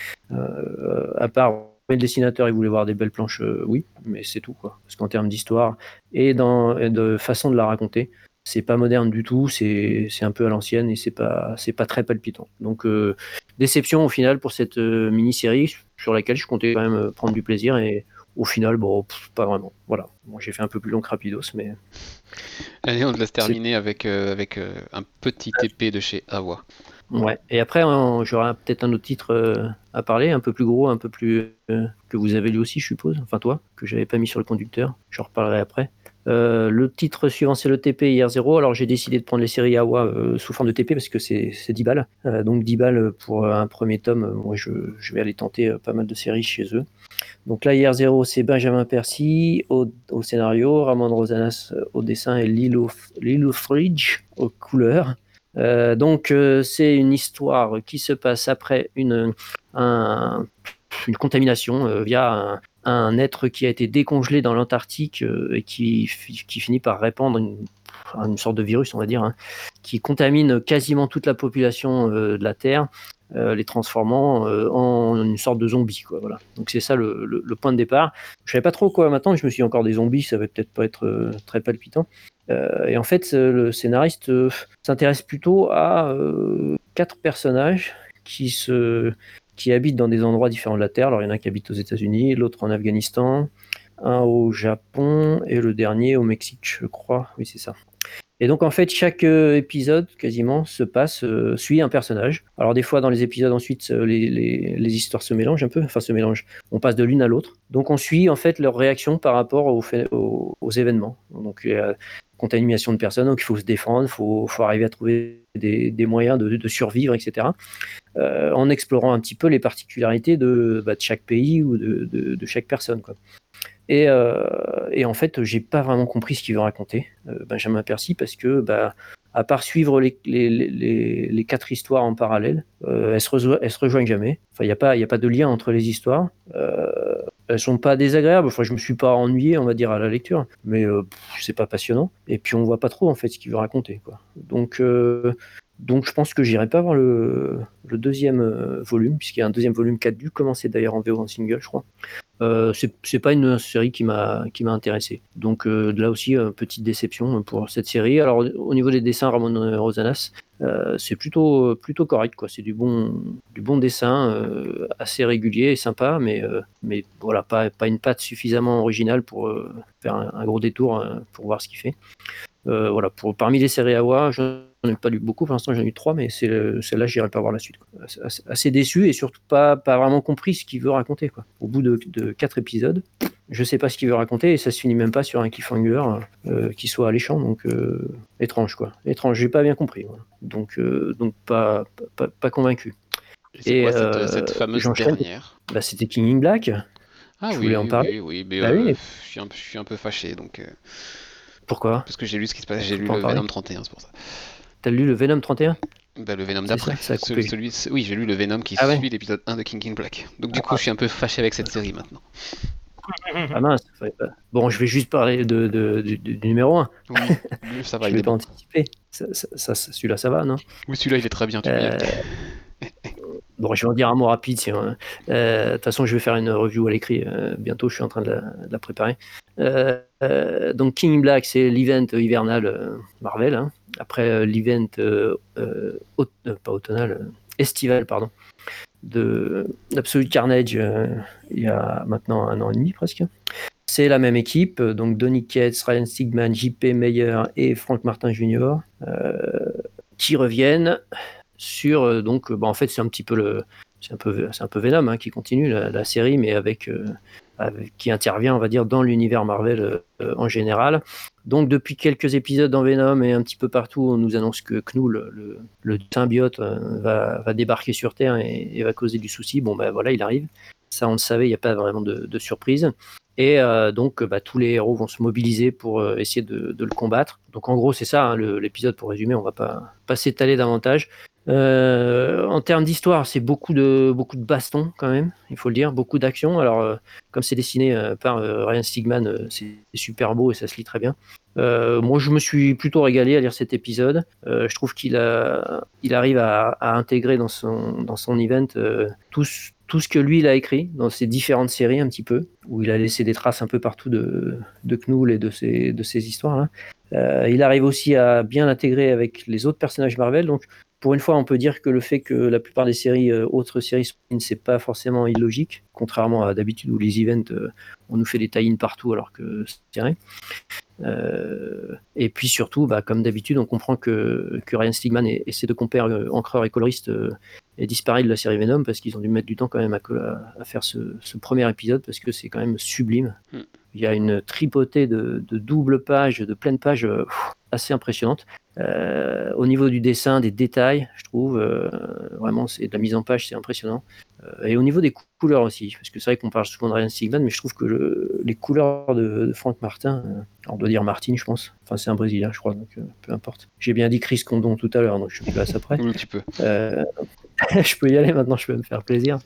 Euh, à part le dessinateur il voulait voir des belles planches, euh, oui, mais c'est tout quoi. Parce qu'en termes d'histoire et, dans, et de façon de la raconter, c'est pas moderne du tout. C'est, c'est un peu à l'ancienne et c'est pas, c'est pas très palpitant. Donc euh, déception au final pour cette euh, mini-série sur laquelle je comptais quand même euh, prendre du plaisir et au final, bon, pff, pas vraiment. Voilà. Bon, j'ai fait un peu plus long que Rapidos, mais. Allez, on te laisse terminer avec, euh, avec euh, un petit T P de chez Awa. Ouais. Et après, on, j'aurai peut-être un autre titre euh, à parler, un peu plus gros, un peu plus. Euh, que vous avez lu aussi, je suppose. Enfin, toi, que j'avais pas mis sur le conducteur. J'en reparlerai après. Euh, le titre suivant, c'est le T P I R zéro. Alors, j'ai décidé de prendre les séries Awa euh, sous forme de T P parce que c'est, c'est dix balles. Euh, donc, dix balles pour un premier tome. Moi, je, je vais aller tenter euh, pas mal de séries chez eux. Donc là, I R zéro, c'est Benjamin Percy au, au scénario, Ramon Rosanas au dessin et Lilo, Lilo Fridge aux couleurs. Euh, donc, euh, c'est une histoire qui se passe après une, un, une contamination euh, via un, un être qui a été décongelé dans l'Antarctique euh, et qui, qui finit par répandre une, une sorte de virus, on va dire, hein, qui contamine quasiment toute la population euh, de la Terre. Euh, les transformant euh, en une sorte de zombie, quoi, voilà. Donc c'est ça le, le, le point de départ. Je savais pas trop quoi m'attendre, je me suis dit encore des zombies, ça va peut-être pas être euh, très palpitant. Euh, et en fait, le scénariste euh, s'intéresse plutôt à euh, quatre personnages qui se qui habitent dans des endroits différents de la Terre. Alors il y en a un qui habite aux États-Unis, l'autre en Afghanistan, un au Japon et le dernier au Mexique, je crois. Oui, c'est ça. Et donc en fait chaque euh, épisode quasiment se passe euh, suit un personnage. Alors des fois dans les épisodes ensuite euh, les, les, les histoires se mélangent un peu, enfin se mélangent. On passe de l'une à l'autre. Donc on suit en fait leur réaction par rapport aux, aux, aux événements. Donc il y a contamination de personnes, donc il faut se défendre, il faut, faut arriver à trouver des, des moyens de, de survivre, et cetera. Euh, en explorant un petit peu les particularités de, bah, de chaque pays ou de, de, de chaque personne, quoi. Et, euh, et en fait, j'ai pas vraiment compris ce qu'il veut raconter, euh, Benjamin Percy, parce que, bah, à part suivre les, les, les, les quatre histoires en parallèle, euh, elles, se rejo- elles se rejoignent jamais. Enfin, il n'y a pas, il y a pas de lien entre les histoires. Euh, elles sont pas désagréables. Enfin, je me suis pas ennuyé, on va dire, à la lecture, mais euh, pff, c'est pas passionnant. Et puis, on voit pas trop en fait ce qu'il veut raconter, quoi. Donc, euh, donc, je pense que j'irai pas voir le, le deuxième euh, volume, puisqu'il y a un deuxième volume qui a dû commencer d'ailleurs en V O en single, je crois. Euh, c'est, c'est pas une série qui m'a, qui m'a intéressé. Donc euh, là aussi, euh, petite déception pour cette série. Alors au niveau des dessins, Ramon Rosanas, euh, c'est plutôt, plutôt correct, quoi. C'est du bon, du bon dessin, euh, assez régulier et sympa, mais, euh, mais voilà, pas, pas une patte suffisamment originale pour euh, faire un, un gros détour euh, pour voir ce qu'il fait. Euh, voilà, pour, parmi les séries Awa, j'en ai pas lu beaucoup, pour l'instant j'en ai eu trois, mais c'est, celle-là, j'irai pas voir la suite, quoi. Assez, assez déçu et surtout pas, pas vraiment compris ce qu'il veut raconter, quoi. Au bout de, de quatre épisodes, je sais pas ce qu'il veut raconter et ça se finit même pas sur un cliffhanger euh, qui soit alléchant, donc euh, étrange, quoi. Étrange, j'ai pas bien compris, voilà. Donc, euh, donc pas, pas, pas convaincu. Et c'est et quoi cette, euh, cette fameuse dernière bah, c'était King in Black. Ah je oui, voulais en parler. oui, oui, mais bah, euh, oui. je, suis un, je suis un peu fâché, donc... Euh... Pourquoi ? Parce que j'ai lu ce qui se passe, j'ai lu le Venom trente et un, c'est pour ça. T'as lu le Venom trente et un ? Bah, le Venom d'après. Ça, ça celui, celui, oui, j'ai lu le Venom qui ah suit ouais. l'épisode un de King in Black. Donc du ah, coup, je suis un peu fâché avec cette série maintenant. Ah mince. Bon, je vais juste parler de, de, du, du numéro un. Oui, ça va. Je il vais est pas bon. anticiper. Ça, ça, ça, celui-là, ça va, non ? Oui, celui-là, il est très bien. Tu euh... Bon, je vais en dire un mot rapide. De hein. euh, toute façon, je vais faire une review à l'écrit euh, bientôt. Je suis en train de la, de la préparer. Euh, euh, donc, King in Black, c'est l'event hivernal euh, Marvel. Hein. Après euh, l'event euh, euh, aut- euh, pas automnal, euh, estival, pardon, de d'Absolute Carnage euh, il y a maintenant un an et demi presque. C'est la même équipe, donc Donny Cates, Ryan Stigman, J P Meyer et Frank Martin junior euh, qui reviennent sur euh, donc bah en fait c'est un petit peu le c'est un peu, c'est un peu Venom hein, qui continue la, la série, mais avec, euh, avec qui intervient, on va dire, dans l'univers Marvel euh, en général. Donc depuis quelques épisodes dans Venom et un petit peu partout, on nous annonce que Knull, le, le symbiote, euh, va, va débarquer sur Terre et, et va causer du souci. Bon ben voilà, il arrive. Ça on le savait, il n'y a pas vraiment de, de surprise. Et euh, donc bah, tous les héros vont se mobiliser pour euh, essayer de, de le combattre. Donc en gros c'est ça hein, le, l'épisode, pour résumer, on va pas, pas s'étaler davantage. Euh, en termes d'histoire, c'est beaucoup de, beaucoup de bastons quand même, il faut le dire, beaucoup d'action. Alors, euh, comme c'est dessiné euh, par euh, Ryan Stigman, euh, c'est super beau et ça se lit très bien. Euh, moi, je me suis plutôt régalé à lire cet épisode. Euh, je trouve qu'il a, il arrive à, à intégrer dans son, dans son event euh, tout, tout ce que lui il a écrit dans ses différentes séries un petit peu, où il a laissé des traces un peu partout de, de Knull et de ses, de ses histoires-là. Euh, il arrive aussi à bien l'intégrer avec les autres personnages Marvel, donc pour une fois, on peut dire que le fait que la plupart des séries, euh, autres séries, c'est pas forcément illogique, contrairement à d'habitude où les events, euh, on nous fait des tie-ins partout alors que c'est rien. Euh, et puis surtout, bah, comme d'habitude, on comprend que, que Ryan Stigman et, et ses deux compères euh, encreurs et coloristes euh, est disparu de la série Venom parce qu'ils ont dû mettre du temps quand même à, à, à faire ce, ce premier épisode parce que c'est quand même sublime. Mm. Il y a une tripotée de, de double pages, de pleine pages euh, assez impressionnante. Euh, au niveau du dessin, des détails, je trouve, euh, vraiment, c'est de la mise en page, c'est impressionnant. Euh, et au niveau des couleurs aussi, parce que c'est vrai qu'on parle souvent de Ryan Stigman, mais je trouve que le, les couleurs de, de Frank Martin, euh, on doit dire Martin, je pense. Enfin, c'est un Brésilien, je crois, donc euh, peu importe. J'ai bien dit Chris Condon tout à l'heure, donc je suis place après. Oui, tu peux. Euh, je peux y aller maintenant, je peux me faire plaisir.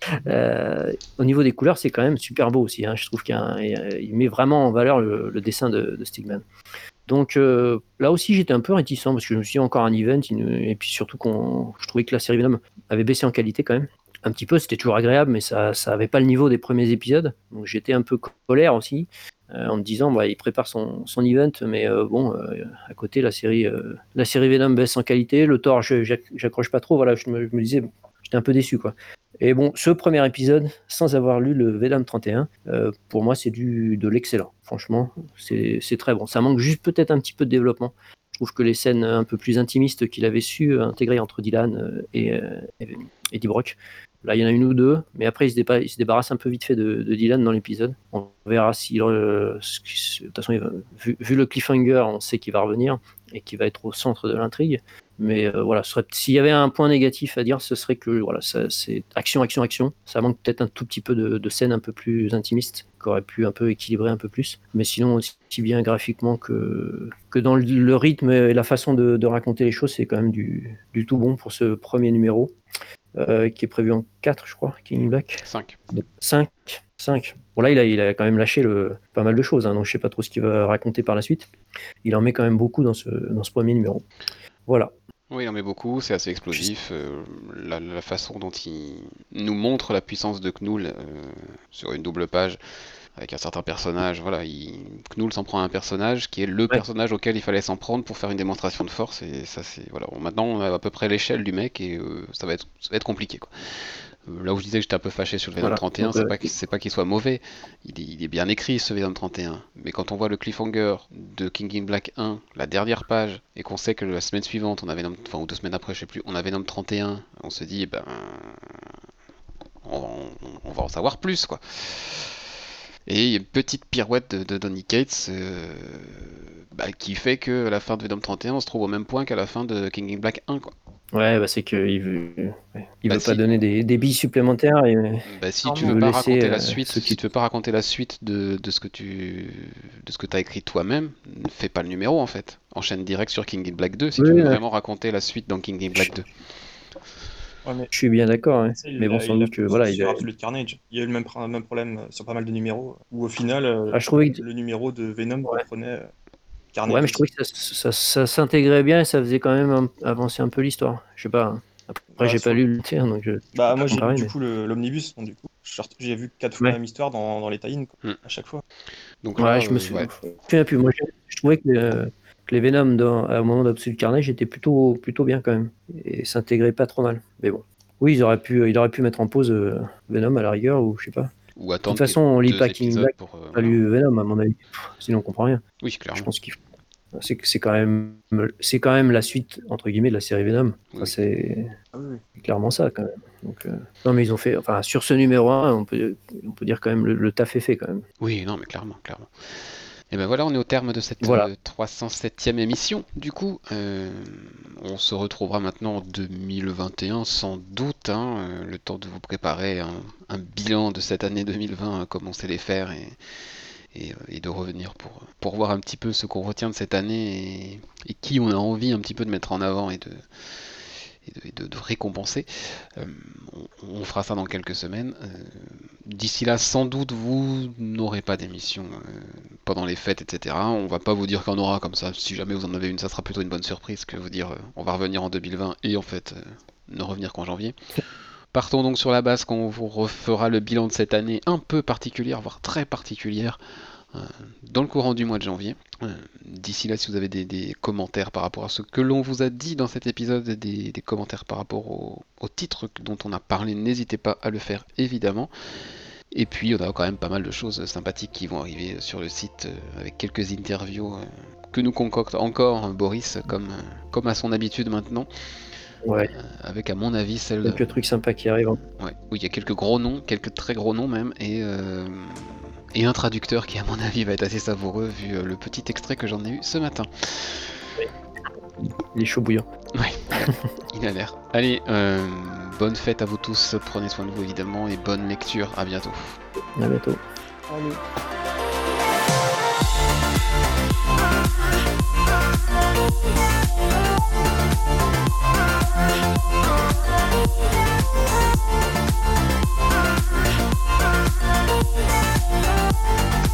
Euh, au niveau des couleurs, c'est quand même super beau aussi. Hein. Je trouve qu'il y a un, il met vraiment en valeur le, le dessin de, de Stigman. Donc euh, là aussi j'étais un peu réticent parce que je me suis dit encore un event et puis surtout qu'on, je trouvais que la série Venom avait baissé en qualité quand même. Un petit peu, c'était toujours agréable, mais ça ça avait pas le niveau des premiers épisodes. Donc j'étais un peu colère aussi euh, en me disant bah, il prépare son, son event, mais euh, bon euh, à côté la série euh, la série Venom baisse en qualité. Le Thor je, j'accroche pas trop. Voilà, je me, je me disais j'étais un peu déçu quoi. Et bon, ce premier épisode, sans avoir lu le Venom trente et un, euh, pour moi, c'est du, de l'excellent. Franchement, c'est, c'est très bon. Ça manque juste peut-être un petit peu de développement. Je trouve que les scènes un peu plus intimistes qu'il avait su intégrer entre Dylan et, et, et Eddie Brock, là, il y en a une ou deux, mais après, il se, dépa- il se débarrasse un peu vite fait de, de Dylan dans l'épisode. On verra si... Euh, de toute façon, va, vu, vu le cliffhanger, on sait qu'il va revenir et qu'il va être au centre de l'intrigue. Mais euh, voilà, serait, s'il y avait un point négatif à dire, ce serait que voilà, ça, c'est action, action, action. Ça manque peut-être un tout petit peu de, de scènes un peu plus intimistes, qui auraient pu un peu équilibrer un peu plus. Mais sinon, aussi bien graphiquement que, que dans le, le rythme et la façon de, de raconter les choses, c'est quand même du, du tout bon pour ce premier numéro, euh, qui est prévu en quatre, je crois, King in Black. cinq. cinq. cinq. Bon là, il a, il a quand même lâché le, pas mal de choses, hein, donc je sais pas trop ce qu'il va raconter par la suite. Il en met quand même beaucoup dans ce, dans ce premier numéro. Voilà. Oui, il en met beaucoup, c'est assez explosif. Euh, la, la façon dont il nous montre la puissance de Knull euh, sur une double page avec un certain personnage, voilà, il... Knull s'en prend à un personnage qui est le ouais. personnage auquel il fallait s'en prendre pour faire une démonstration de force, et ça c'est voilà. Bon, maintenant on a à peu près l'échelle du mec et euh, ça va être ça va être compliqué quoi. Là où je disais que j'étais un peu fâché sur le Venom voilà. trente et un, Donc, c'est, euh... pas que, c'est pas qu'il soit mauvais, il est, il est bien écrit ce Venom trente et un, mais quand on voit le cliffhanger de King in Black un, la dernière page, et qu'on sait que la semaine suivante, on a Venom, enfin ou deux semaines après, je sais plus, on a Venom trente et un, on se dit, ben, on, on, on va en savoir plus quoi. Et une petite pirouette de, de Donny Cates euh, bah, qui fait qu'à la fin de Venom trente et un, on se trouve au même point qu'à la fin de King in Black un quoi. Ouais, bah c'est qu'il veut, il bah veut si. pas donner des, des billes supplémentaires. Et, bah si tu veux pas raconter la suite, euh, si tu veux pas raconter la suite de, de ce que tu, de ce que t'as écrit toi-même, ne fais pas le numéro en fait. Enchaîne direct sur King in Black deux si oui, tu veux ouais. vraiment raconter la suite dans King in Black deux. Ouais, mais... Je suis bien d'accord, hein. mais bon, sans doute que voilà, il a Absolute Carnage. Il y a eu le même, même problème sur pas mal de numéros où au final, ah, je trouvais que... le numéro de Venom ouais. comprenait. Carnage. Ouais, mais je trouvais que ça, ça, ça s'intégrait bien et ça faisait quand même un, avancer un peu l'histoire. Je sais pas. Après, ouais, j'ai pas lu le tiers, donc je. Bah, moi, j'ai lu du coup le, l'omnibus, donc du coup, j'ai vu quatre fois ouais. la même histoire dans, dans les tie-ins, quoi, mm. à chaque fois. Donc là, ouais, je euh, me suis. Ouais. Je plus. Moi, je, je trouvais que, euh, que les Venom, dans, au moment d'Absolute Carnage, étaient plutôt, plutôt bien quand même et s'intégraient pas trop mal. Mais bon. Oui, ils auraient pu, ils auraient pu mettre en pause euh, Venom à la rigueur ou je sais pas. Ou attendre de toute façon, on lit pas King Black, pour, euh, pas lu Venom à mon avis. Pff, sinon, on comprend rien. Oui, clairement. Je pense qu'il faut. c'est, c'est, quand même, c'est quand même la suite, entre guillemets, de la série Venom. Enfin, Oui. c'est, Ah oui, oui. c'est clairement ça, quand même. Donc, euh, non, mais ils ont fait... Enfin, sur ce numéro un, on peut, on peut dire quand même le, le taf est fait, quand même. Oui, non, mais clairement, clairement. Et ben voilà, on est au terme de cette Voilà. euh, trois cent septième émission. Du coup, euh, on se retrouvera maintenant en deux mille vingt et un sans doute, hein, euh, le temps de vous préparer un, un bilan de cette année deux mille vingt, euh, comme on sait les faire, et, et, euh, et de revenir pour, pour voir un petit peu ce qu'on retient de cette année et, et qui on a envie un petit peu de mettre en avant et de, et de, de, de récompenser. Euh, on, on fera ça dans quelques semaines. Euh, D'ici là, sans doute, vous n'aurez pas d'émission euh, pendant les fêtes, et cetera. On va pas vous dire qu'on aura comme ça. Si jamais vous en avez une, ça sera plutôt une bonne surprise que vous dire euh, on va revenir en deux mille vingt et en fait euh, ne revenir qu'en janvier. Partons donc sur la base qu'on vous refera le bilan de cette année un peu particulière, voire très particulière, euh, dans le courant du mois de janvier. Euh, D'ici là, si vous avez des, des commentaires par rapport à ce que l'on vous a dit dans cet épisode, des, des commentaires par rapport au, au titre dont on a parlé, n'hésitez pas à le faire évidemment. Et puis on a quand même pas mal de choses sympathiques qui vont arriver sur le site euh, avec quelques interviews euh, que nous concocte encore Boris comme, euh, comme à son habitude maintenant. Ouais. Euh, avec à mon avis celle... Quelques trucs sympas qui arrivent. Ouais, oui, il y a quelques gros noms, quelques très gros noms même, et, euh, et un traducteur qui à mon avis va être assez savoureux vu euh, le petit extrait que j'en ai eu ce matin. Il est chaud bouillant. Ouais, il a l'air. Allez, euh, bonne fête à vous tous, prenez soin de vous évidemment, et bonne lecture, à bientôt. À bientôt. Allez. We'll be right back.